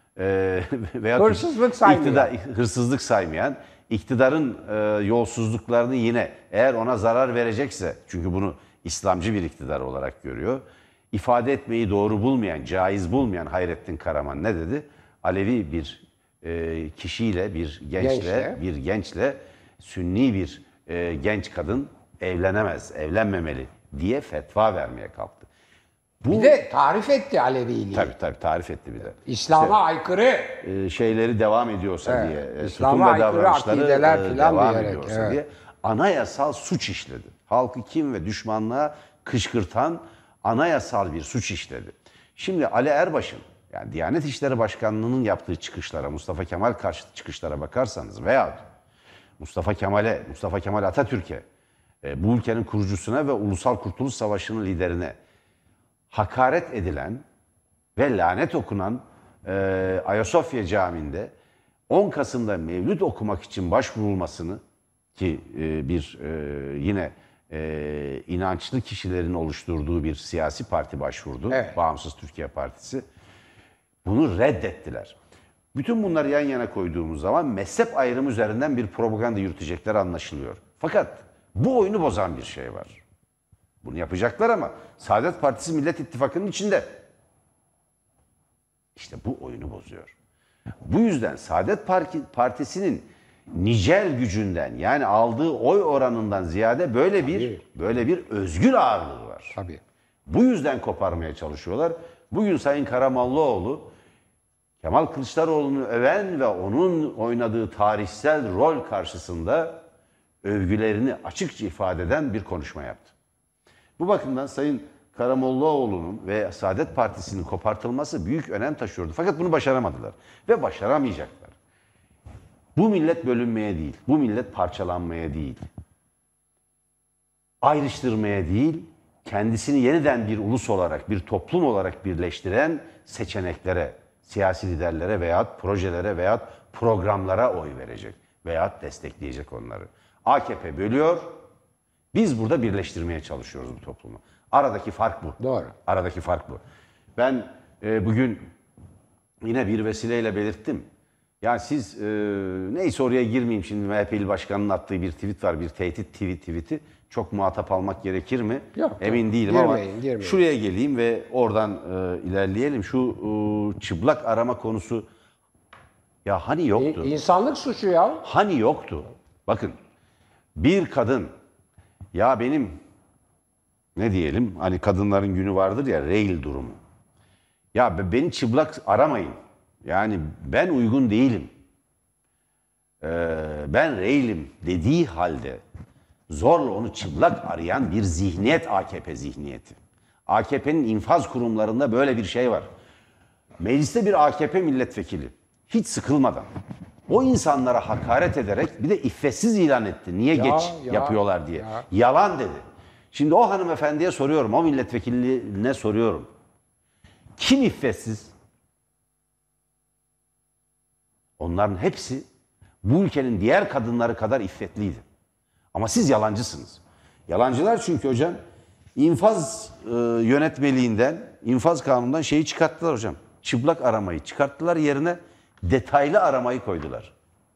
e, veya hırsızlık saymayan. Iktidar, hırsızlık saymayan, iktidarın e, yolsuzluklarını yine eğer ona zarar verecekse, çünkü bunu İslamcı bir iktidar olarak görüyor, ifade etmeyi doğru bulmayan, caiz bulmayan Hayrettin Karaman ne dedi? Alevi bir e, kişiyle, bir gençle, Gençle. bir gençle Sünni bir e, genç kadın evlenemez, evlenmemeli diye fetva vermeye kalktı. Bu, bir de tarif etti Aleviliği. Tabii tabii tarif etti bir de. İslam'a İşte, aykırı. E, şeyleri devam ediyorsa evet, diye, İslam'a tutum ve aykırı davranışları akideler e, falan devam diyerek, ediyorsa evet. diye anayasal suç işledi. Halkı kin ve düşmanlığa kışkırtan anayasal bir suç işledi. Şimdi Ali Erbaş'ın, Yani Diyanet İşleri Başkanlığı'nın yaptığı çıkışlara, Mustafa Kemal karşıtı çıkışlara bakarsanız veya Mustafa Kemal'e, Mustafa Kemal Atatürk'e, e, bu ülkenin kurucusuna ve Ulusal Kurtuluş Savaşı'nın liderine hakaret edilen ve lanet okunan e, Ayasofya Camii'nde on Kasım'da Mevlüt okumak için başvurulmasını ki e, bir e, yine e, inançlı kişilerin oluşturduğu bir siyasi parti başvurdu. Evet. Bağımsız Türkiye Partisi. Bunu reddettiler. Bütün bunları yan yana koyduğumuz zaman mezhep ayrımı üzerinden bir propaganda yürütecekler anlaşılıyor. Fakat bu oyunu bozan bir şey var. Bunu yapacaklar ama Saadet Partisi Millet İttifakı'nın içinde. İşte bu oyunu bozuyor. Bu yüzden Saadet Partisi'nin nicel gücünden yani aldığı oy oranından ziyade böyle bir böyle bir özgür ağırlığı var. Tabii. Bu yüzden koparmaya çalışıyorlar. Bugün Sayın Karamollaoğlu Kemal Kılıçdaroğlu'nu öven ve onun oynadığı tarihsel rol karşısında övgülerini açıkça ifade eden bir konuşma yaptı. Bu bakımdan Sayın Karamollaoğlu'nun ve Saadet Partisi'nin kopartılması büyük önem taşıyordu. Fakat bunu başaramadılar ve başaramayacaklar. Bu millet bölünmeye değil, bu millet parçalanmaya değil, ayrıştırmaya değil, kendisini yeniden bir ulus olarak, bir toplum olarak birleştiren seçeneklere, siyasi liderlere veyahut projelere veyahut programlara oy verecek veyahut destekleyecek onları. A K P bölüyor, biz burada birleştirmeye çalışıyoruz bu toplumu. Aradaki fark bu. Doğru. Aradaki fark bu. Ben e, bugün yine bir vesileyle belirttim. Yani siz e, neyse oraya girmeyeyim şimdi M H P İl Başkanı'nın attığı bir tweet var, bir tehdit tweet, tweet'i. Çok muhatap almak gerekir mi? Yok, Emin yok. değilim Girmeyin, ama girmeyin. şuraya geleyim ve oradan e, ilerleyelim. Şu e, çıplak arama konusu ya hani yoktu? İ- İnsanlık suçu ya. Hani yoktu? Bakın bir kadın ya benim ne diyelim hani kadınların günü vardır ya rail durumu. Ya be- beni çıplak aramayın. Yani ben uygun değilim. Ee, ben railim dediği halde zorla onu çıplak arayan bir zihniyet A K P zihniyeti. A K P'nin infaz kurumlarında böyle bir şey var. Mecliste bir A K P milletvekili hiç sıkılmadan o insanlara hakaret ederek bir de iffetsiz ilan etti. Niye Ya, geç ya, yapıyorlar diye. ya. Yalan dedi. Şimdi o hanımefendiye soruyorum, o milletvekiline soruyorum. Kim iffetsiz? Onların hepsi bu ülkenin diğer kadınları kadar iffetliydi. Ama siz yalancısınız. Yalancılar çünkü hocam infaz e, yönetmeliğinden, infaz kanunundan şeyi çıkarttılar hocam. Çıplak aramayı çıkarttılar, yerine detaylı aramayı koydular.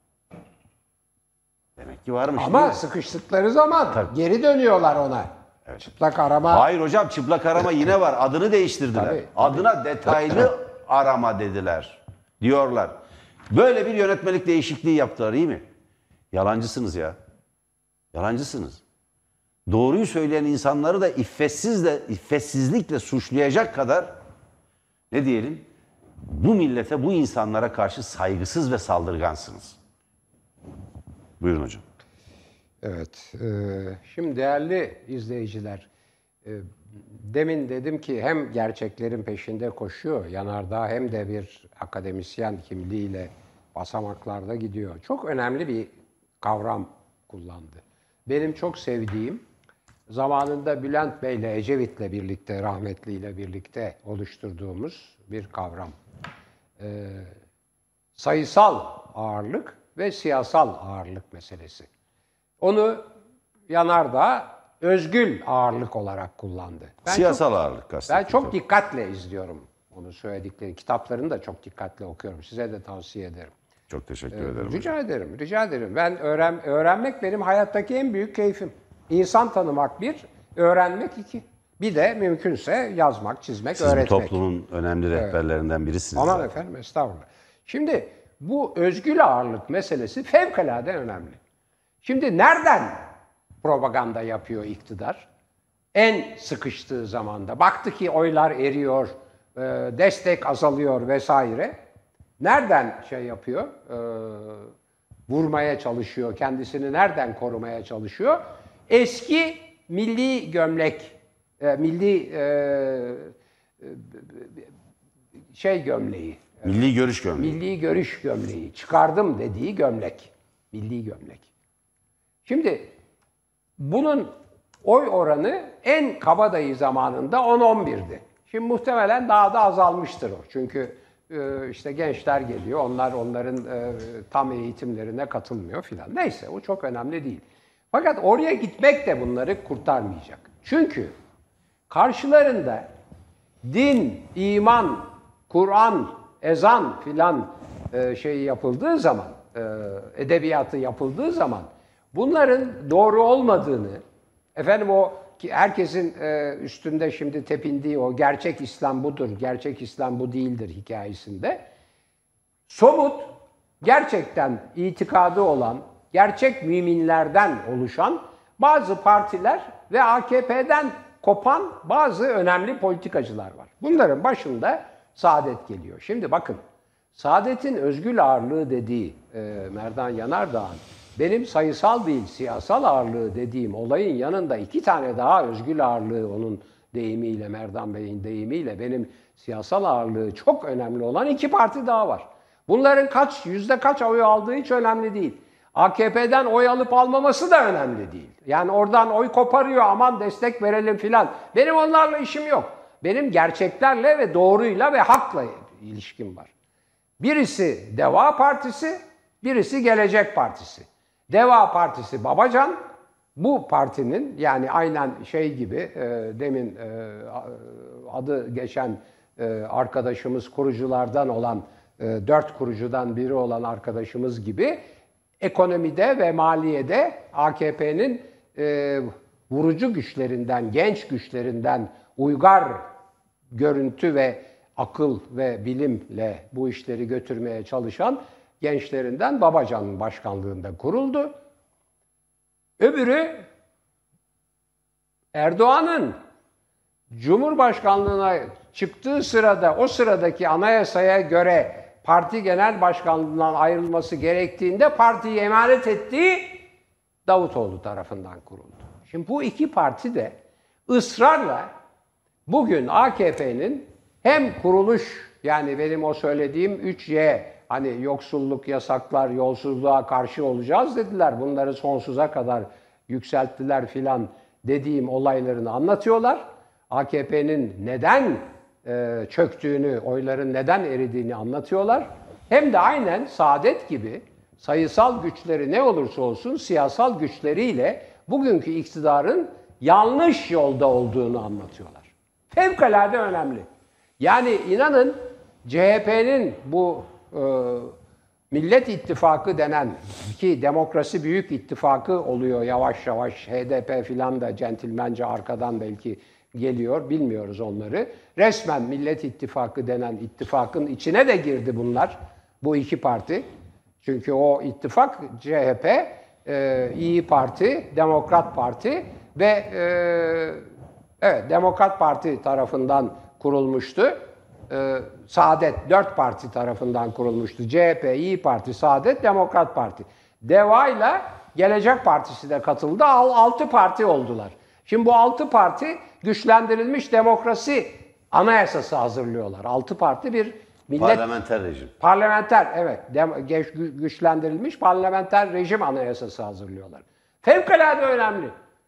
Demek ki varmış. değil Ama mi? sıkıştıkları zaman Tabii. geri dönüyorlar ona. Çıplak arama. Hayır hocam, çıplak arama yine var. Adını değiştirdiler. Tabii, tabii. Adına detaylı arama dediler. Diyorlar. Böyle bir yönetmelik değişikliği yaptılar, iyi mi? Yalancısınız ya. Yalancısınız. Doğruyu söyleyen insanları da iffetsizle, iffetsizlikle suçlayacak kadar ne diyelim? Bu millete, bu insanlara karşı saygısız ve saldırgansınız. Buyurun hocam. Evet. e, Şimdi değerli izleyiciler, e, demin dedim ki hem gerçeklerin peşinde koşuyor Yanardağ hem de bir akademisyen kimliğiyle basamaklarda gidiyor. Çok önemli bir kavram kullandı. Benim çok sevdiğim, zamanında Bülent Bey ile Ecevit'le birlikte, rahmetliyle birlikte oluşturduğumuz bir kavram. Ee, sayısal ağırlık ve siyasal ağırlık meselesi. Onu Yanardağ özgül ağırlık olarak kullandı. Ben Siyasal çok, ağırlık kastettim. Ben çok dikkatle izliyorum onu söyledikleri. Kitaplarını da çok dikkatle okuyorum. Size de tavsiye ederim. Çok teşekkür ederim. Rica ederim, rica ederim. Ben öğren, öğrenmek benim hayattaki en büyük keyfim. İnsan tanımak bir, öğrenmek iki. Bir de mümkünse yazmak, çizmek, Siz bu öğretmek. toplumun önemli rehberlerinden birisiniz. Aman zaten. efendim, estağfurullah. Şimdi bu özgül ağırlık meselesi fevkalade önemli. Şimdi nereden propaganda yapıyor iktidar? En sıkıştığı zamanda. Baktı ki oylar eriyor, e, destek azalıyor vesaire. Nereden şey yapıyor? E, vurmaya çalışıyor, kendisini nereden korumaya çalışıyor? Eski milli gömlek, e, milli e, şey gömleği. Milli görüş gömleği. Milli görüş gömleği. Çıkardım dediği gömlek. Milli gömlek. Şimdi bunun oy oranı en kabadayı zamanında on on birdi. Şimdi muhtemelen daha da azalmıştır o. Çünkü e, işte gençler geliyor. Onlar onların e, tam eğitimlerine katılmıyor filan. Neyse o çok önemli değil. Fakat oraya gitmek de bunları kurtarmayacak. Çünkü karşılarında din, iman, Kur'an, ezan filan e, şey yapıldığı zaman, e, edebiyatı yapıldığı zaman bunların doğru olmadığını, efendim o ki herkesin e, üstünde şimdi tepindiği o gerçek İslam budur, gerçek İslam bu değildir hikayesinde somut, gerçekten itikadı olan, gerçek müminlerden oluşan bazı partiler ve A K P'den kopan bazı önemli politikacılar var. Bunların başında Saadet geliyor. Şimdi bakın, Saadet'in özgül ağırlığı dediği e, Merdan Yanardağ'ın benim sayısal değil siyasal ağırlığı dediğim olayın yanında iki tane daha özgül ağırlığı onun deyimiyle, Merdan Bey'in deyimiyle benim siyasal ağırlığı çok önemli olan iki parti daha var. Bunların kaç, yüzde kaç oy aldığı hiç önemli değil. A K P'den oy alıp almaması da önemli değil. Yani oradan oy koparıyor, aman destek verelim filan. Benim onlarla işim yok. Benim gerçeklerle ve doğruyla ve hakla ilişkim var. Birisi Deva Partisi, birisi Gelecek Partisi. Deva Partisi Babacan, bu partinin yani aynen şey gibi e, demin e, adı geçen e, arkadaşımız kuruculardan olan, e, dört kurucudan biri olan arkadaşımız gibi ekonomide ve maliyede A K P'nin e, vurucu güçlerinden, genç güçlerinden, uygar görüntü ve akıl ve bilimle bu işleri götürmeye çalışan gençlerinden Babacan'ın başkanlığında kuruldu. Öbürü Erdoğan'ın Cumhurbaşkanlığına çıktığı sırada o sıradaki anayasaya göre parti genel başkanlığından ayrılması gerektiğinde partiyi emanet ettiği Davutoğlu tarafından kuruldu. Şimdi bu iki parti de ısrarla bugün A K P'nin hem kuruluş, yani benim o söylediğim üç Y, hani yoksulluk, yasaklar, yolsuzluğa karşı olacağız dediler. Bunları sonsuza kadar yükselttiler filan dediğim olaylarını anlatıyorlar. A K P'nin neden e, çöktüğünü, oyların neden eridiğini anlatıyorlar. Hem de aynen Saadet gibi sayısal güçleri ne olursa olsun siyasal güçleriyle bugünkü iktidarın yanlış yolda olduğunu anlatıyorlar. Fevkalade önemli. Yani inanın C H P'nin bu e, Millet İttifakı denen, ki demokrasi büyük ittifakı oluyor yavaş yavaş, H D P filan da centilmence arkadan belki geliyor, bilmiyoruz onları. Resmen Millet İttifakı denen ittifakın içine de girdi bunlar, bu iki parti. Çünkü o ittifak C H P, e, İyi Parti, Demokrat Parti ve e, evet Demokrat Parti tarafından kurulmuştu. Ee, Saadet, dört parti tarafından kurulmuştu. C H P, İyi Parti, Saadet, Demokrat Parti. Deva ile Gelecek Partisi de katıldı. Altı parti oldular. Şimdi bu altı parti güçlendirilmiş demokrasi anayasası hazırlıyorlar. Altı parti bir millet... Parlamenter rejim. Parlamenter, evet. Dem, güçlendirilmiş parlamenter rejim anayasası hazırlıyorlar. Fevkalade önemli.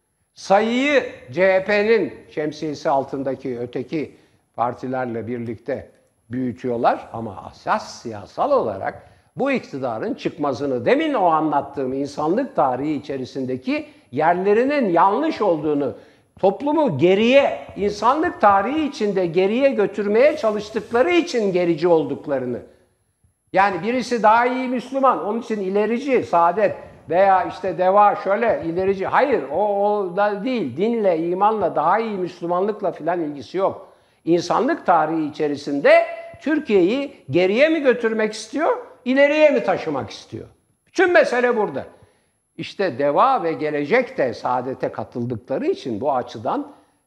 Sayıyı C H P'nin şemsiyesi altındaki öteki partilerle birlikte büyütüyorlar ama asas siyasal olarak bu iktidarın çıkmazını, demin o anlattığım insanlık tarihi içerisindeki yerlerinin yanlış olduğunu, toplumu geriye, insanlık tarihi içinde geriye götürmeye çalıştıkları için gerici olduklarını, yani birisi daha iyi Müslüman, onun için ilerici, Saadet veya işte Deva şöyle ilerici, hayır o, o da değil, dinle, imanla, daha iyi Müslümanlıkla filan ilgisi yok. İnsanlık tarihi içerisinde Türkiye'yi geriye mi götürmek istiyor, ileriye mi taşımak istiyor? Bütün mesele burada. İşte Deva ve Gelecek de Saadet'e katıldıkları için bu açıdan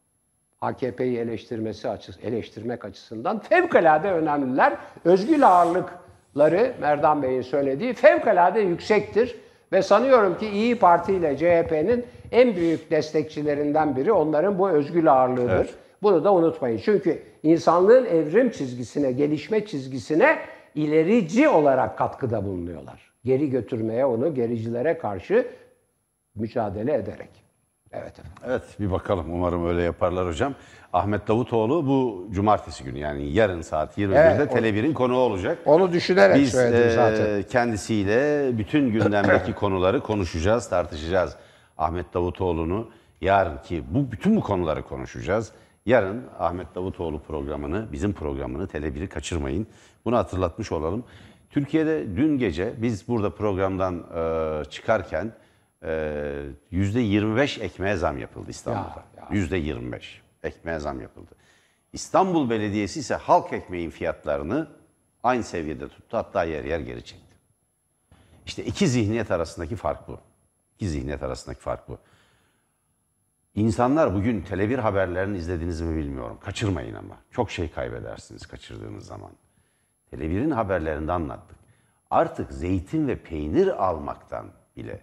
A K P'yi eleştirmesi açısı, eleştirmek açısından fevkalade önemliler. Özgül ağırlıkları Merdan Bey'in söylediği fevkalade yüksektir ve sanıyorum ki İyi Parti ile C H P'nin en büyük destekçilerinden biri onların bu özgül ağırlığıdır. Evet. Bunu da unutmayın. Çünkü insanlığın evrim çizgisine, gelişme çizgisine ilerici olarak katkıda bulunuyorlar. Geri götürmeye, onu gericilere karşı mücadele ederek. Evet efendim. Evet, bir bakalım. Umarım öyle yaparlar hocam. Ahmet Davutoğlu bu cumartesi günü, yani yarın saat yirmi birde Evet, Tele bir'in konuğu olacak. Onu düşünerek Biz söyledim e, zaten. kendisiyle bütün gündemdeki konuları konuşacağız, tartışacağız. Ahmet Davutoğlu'nu yarınki bu bütün bu konuları konuşacağız. Yarın Ahmet Davutoğlu programını, bizim programını Tele bir'i kaçırmayın. Bunu hatırlatmış olalım. Türkiye'de dün gece biz burada programdan e, çıkarken yüzde yirmi beş ekmeğe zam yapıldı İstanbul'da. Yüzde yirmi beş ekmeğe zam yapıldı. İstanbul Belediyesi ise halk ekmeğin fiyatlarını aynı seviyede tuttu, hatta yer yer geri çekti. İşte iki zihniyet arasındaki fark bu. İki zihniyet arasındaki fark bu. İnsanlar bugün Tele bir haberlerini izlediniz mi bilmiyorum. Kaçırmayın ama. Çok şey kaybedersiniz kaçırdığınız zaman. Tele bir'in haberlerinde anlattık. Artık zeytin ve peynir almaktan bile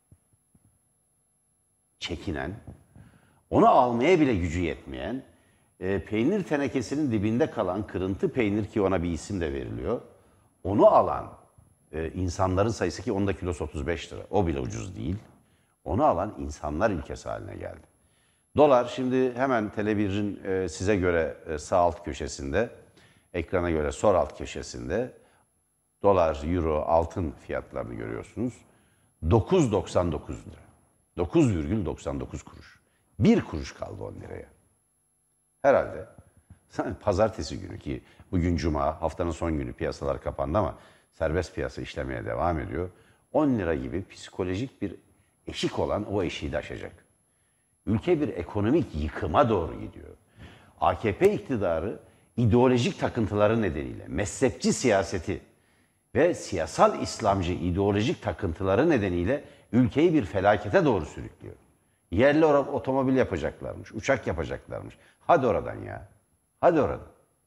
çekinen, onu almaya bile gücü yetmeyen, e, peynir tenekesinin dibinde kalan kırıntı peynir, ki ona bir isim de veriliyor, onu alan e, insanların sayısı, ki onun da kilosu otuz beş lira, o bile ucuz değil, onu alan insanlar ülkesi haline geldi. Dolar şimdi hemen Tele bir'in e, size göre e, sağ alt köşesinde, ekrana göre sol alt köşesinde dolar, euro, altın fiyatlarını görüyorsunuz. dokuz virgül doksan dokuz lira. dokuz virgül doksan dokuz kuruş. Bir kuruş kaldı on liraya. Herhalde pazartesi günü, ki bugün cuma, haftanın son günü, piyasalar kapandı ama serbest piyasa işlemeye devam ediyor. on lira gibi psikolojik bir eşik olan o eşiği de aşacak. Ülke bir ekonomik yıkıma doğru gidiyor. A K P iktidarı ideolojik takıntıları nedeniyle, mezhepçi siyaseti ve siyasal İslamcı ideolojik takıntıları nedeniyle ülkeyi bir felakete doğru sürüklüyor. Yerli otomobil yapacaklarmış, uçak yapacaklarmış. Hadi oradan ya. Hadi oradan.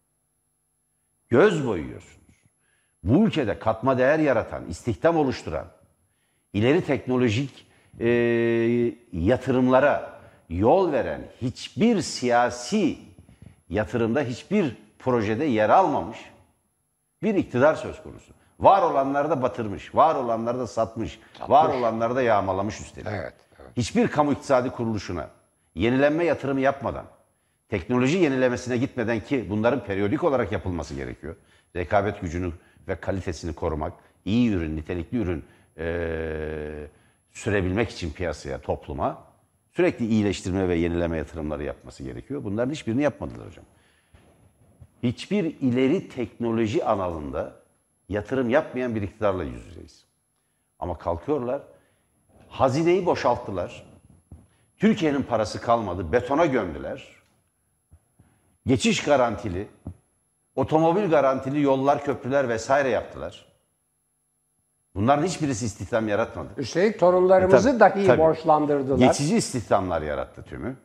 Göz boyuyorsunuz. Bu ülkede katma değer yaratan, istihdam oluşturan, ileri teknolojik e, yatırımlara yol veren hiçbir siyasi yatırımda, hiçbir projede yer almamış bir iktidar söz konusu. Var olanları da batırmış, var olanları da satmış, satmış. Var olanları da yağmalamış üstelik. Evet, evet. Hiçbir kamu iktisadi kuruluşuna yenilenme yatırımı yapmadan, teknoloji yenilemesine gitmeden, ki bunların periyodik olarak yapılması gerekiyor. Rekabet gücünü ve kalitesini korumak, iyi ürün, nitelikli ürün ee, sürebilmek için piyasaya, topluma sürekli iyileştirme ve yenileme yatırımları yapması gerekiyor. Bunların hiçbirini yapmadılar hocam. Hiçbir ileri teknoloji alanında yatırım yapmayan bir iktidarla yüz yüzeyiz. Ama kalkıyorlar, hazineyi boşalttılar. Türkiye'nin parası kalmadı, betona gömdüler. Geçiş garantili, otomobil garantili yollar, köprüler vesaire yaptılar. Bunların hiçbirisi istihdam yaratmadı. Üstelik torunlarımızı E, tabii, dahi tabii. borçlandırdılar. Geçici istihdamlar yarattı tümü.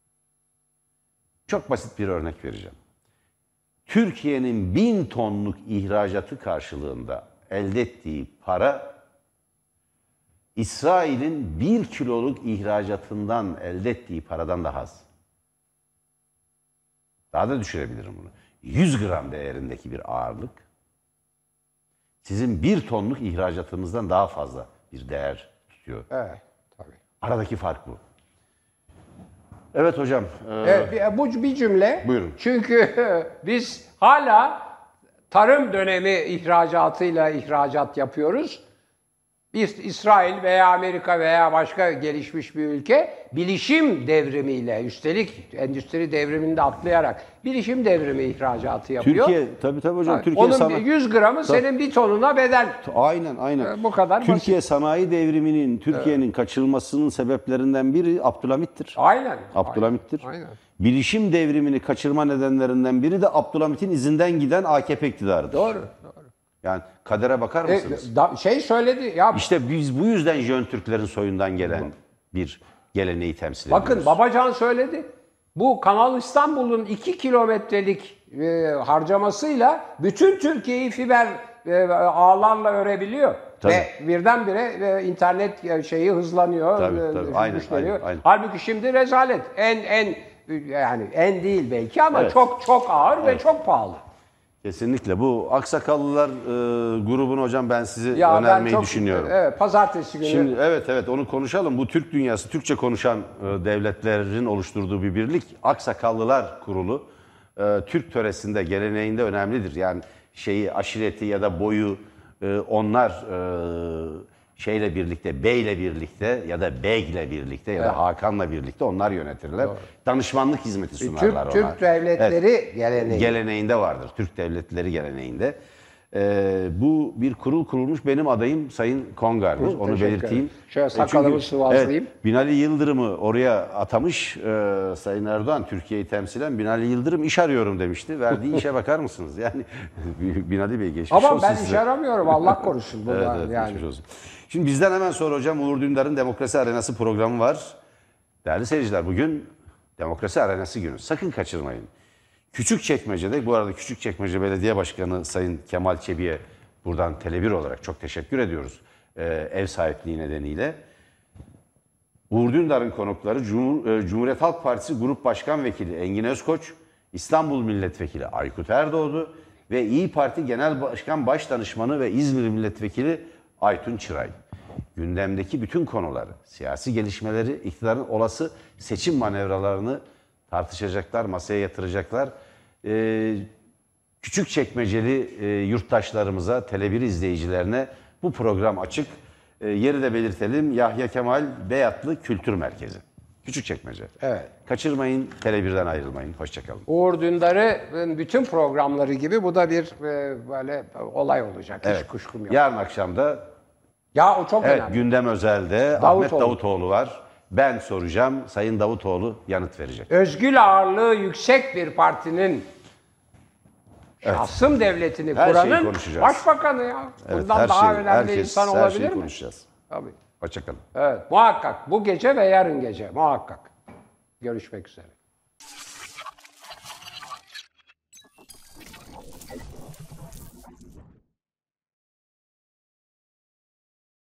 Çok basit bir örnek vereceğim. Türkiye'nin bin tonluk ihracatı karşılığında elde ettiği para, İsrail'in bir kiloluk ihracatından elde ettiği paradan daha az. Daha da düşürebilirim bunu. yüz gram değerindeki bir ağırlık, sizin bir tonluk ihracatınızdan daha fazla bir değer tutuyor. Evet, tabii. Aradaki fark bu. Evet hocam. E... Evet, bir- bu bir cümle. Buyurun. Çünkü biz hala tarım dönemi ihracatıyla ihracat yapıyoruz. Biz İsrail veya Amerika veya başka gelişmiş bir ülke bilişim devrimiyle, üstelik endüstri devrimini de atlayarak bilişim devrimi ihracatı yapıyor. Türkiye, tabii tabii hocam. Evet, Türkiye onun sana... yüz gramı Tabii. senin bir tonuna bedel. Aynen aynen. Bu kadar Türkiye basit. sanayi devriminin, Türkiye'nin evet. kaçırılmasının sebeplerinden biri Abdülhamit'tir. Aynen. Abdülhamit'tir. Aynen. Bilişim devrimini kaçırma nedenlerinden biri de Abdülhamit'in izinden giden A K P iktidarıdır. Doğru. Doğru. Yani kadere bakar mısınız? E, da, şey söyledi ya. İşte biz bu yüzden Jön Türklerin soyundan gelen bir geleneği temsil ediyoruz. Bakın Babacan söyledi. Bu Kanal İstanbul'un iki kilometrelik e, harcamasıyla bütün Türkiye'yi fiber e, ağlarla örebiliyor. Tabii. Ve birdenbire e, internet şeyi hızlanıyor. Tabii, e, tabii. Aynen, güçleniyor. aynen, aynen. Halbuki şimdi rezalet. En en yani en değil belki ama Evet. çok çok ağır ve çok pahalı. Kesinlikle. Bu Aksakallılar e, grubunu hocam ben sizi Ya ben önermeyi çok, düşünüyorum. Evet, pazartesi günü. Şimdi evet evet onu konuşalım. Bu Türk dünyası, Türkçe konuşan e, devletlerin oluşturduğu bir birlik. Aksakallılar Kurulu e, Türk töresinde, geleneğinde önemlidir. Yani şeyi, aşireti ya da boyu e, onlar e, şeyle birlikte, beyle birlikte ya da beyle birlikte ya da Evet. Hakan'la birlikte onlar yönetirler. Danışmanlık hizmeti Türk, sunarlar ona. Türk devletleri Evet. geleneği. Geleneğinde vardır. Türk devletleri geleneğinde. Ee, bu bir kurul kurulmuş. Benim adayım Sayın Kongar'dır. Hı, Onu teşekkür belirteyim. ederim. Şöyle E, sakalımı çünkü, sıvazlayayım. Evet, Binali Yıldırım'ı oraya atamış e, Sayın Erdoğan, Türkiye'yi temsilen. Binali Yıldırım iş arıyorum demişti. Verdiği işe bakar mısınız? Yani Binali Bey geçmiş Ama olsun ben size. iş aramıyorum. Allah korusun. Evet, Bundan, evet, yani. geçmiş olsun. Şimdi bizden hemen sonra hocam Uğur Dündar'ın Demokrasi Arenası programı var. Değerli seyirciler, bugün Demokrasi Arenası günü. Sakın kaçırmayın. Küçükçekmece'de, bu arada Küçükçekmece Belediye Başkanı Sayın Kemal Çebi'ye buradan Tele bir olarak çok teşekkür ediyoruz ee, ev sahipliği nedeniyle. Uğur Dündar'ın konukları Cumhur, e, Cumhuriyet Halk Partisi Grup Başkan Vekili Engin Özkoç, İstanbul Milletvekili Aykut Erdoğdu ve İyi Parti Genel Başkan Başdanışmanı ve İzmir Milletvekili Aytun Çıray. Gündemdeki bütün konuları, siyasi gelişmeleri, iktidarın olası seçim manevralarını tartışacaklar, masaya yatıracaklar. Ee, Küçükçekmeceli e, yurttaşlarımıza, Tele bir izleyicilerine bu program açık. E, yeri de belirtelim, Yahya Kemal Beyatlı Kültür Merkezi. Küçükçekmece. Evet. Kaçırmayın, Tele birden ayrılmayın. Hoşçakalın. Uğur Dündar'ın bütün programları gibi bu da bir e, böyle olay olacak. Hiç Evet. kuşkum yok. Yarın akşam da Ya o çok evet, önemli. gündem özelde Ahmet Davutoğlu. Davutoğlu var. Ben soracağım, Sayın Davutoğlu yanıt verecek. Özgül ağırlığı yüksek bir partinin şahsım devletini Her şeyi kuranın konuşacağız. başbakanı ya. Evet, Bundan her daha şey, önemli herkes, insan her olabilir şeyi mi? konuşacağız. Tabii. Hoşçakalın. Evet, muhakkak. Bu gece ve yarın gece muhakkak. Görüşmek üzere.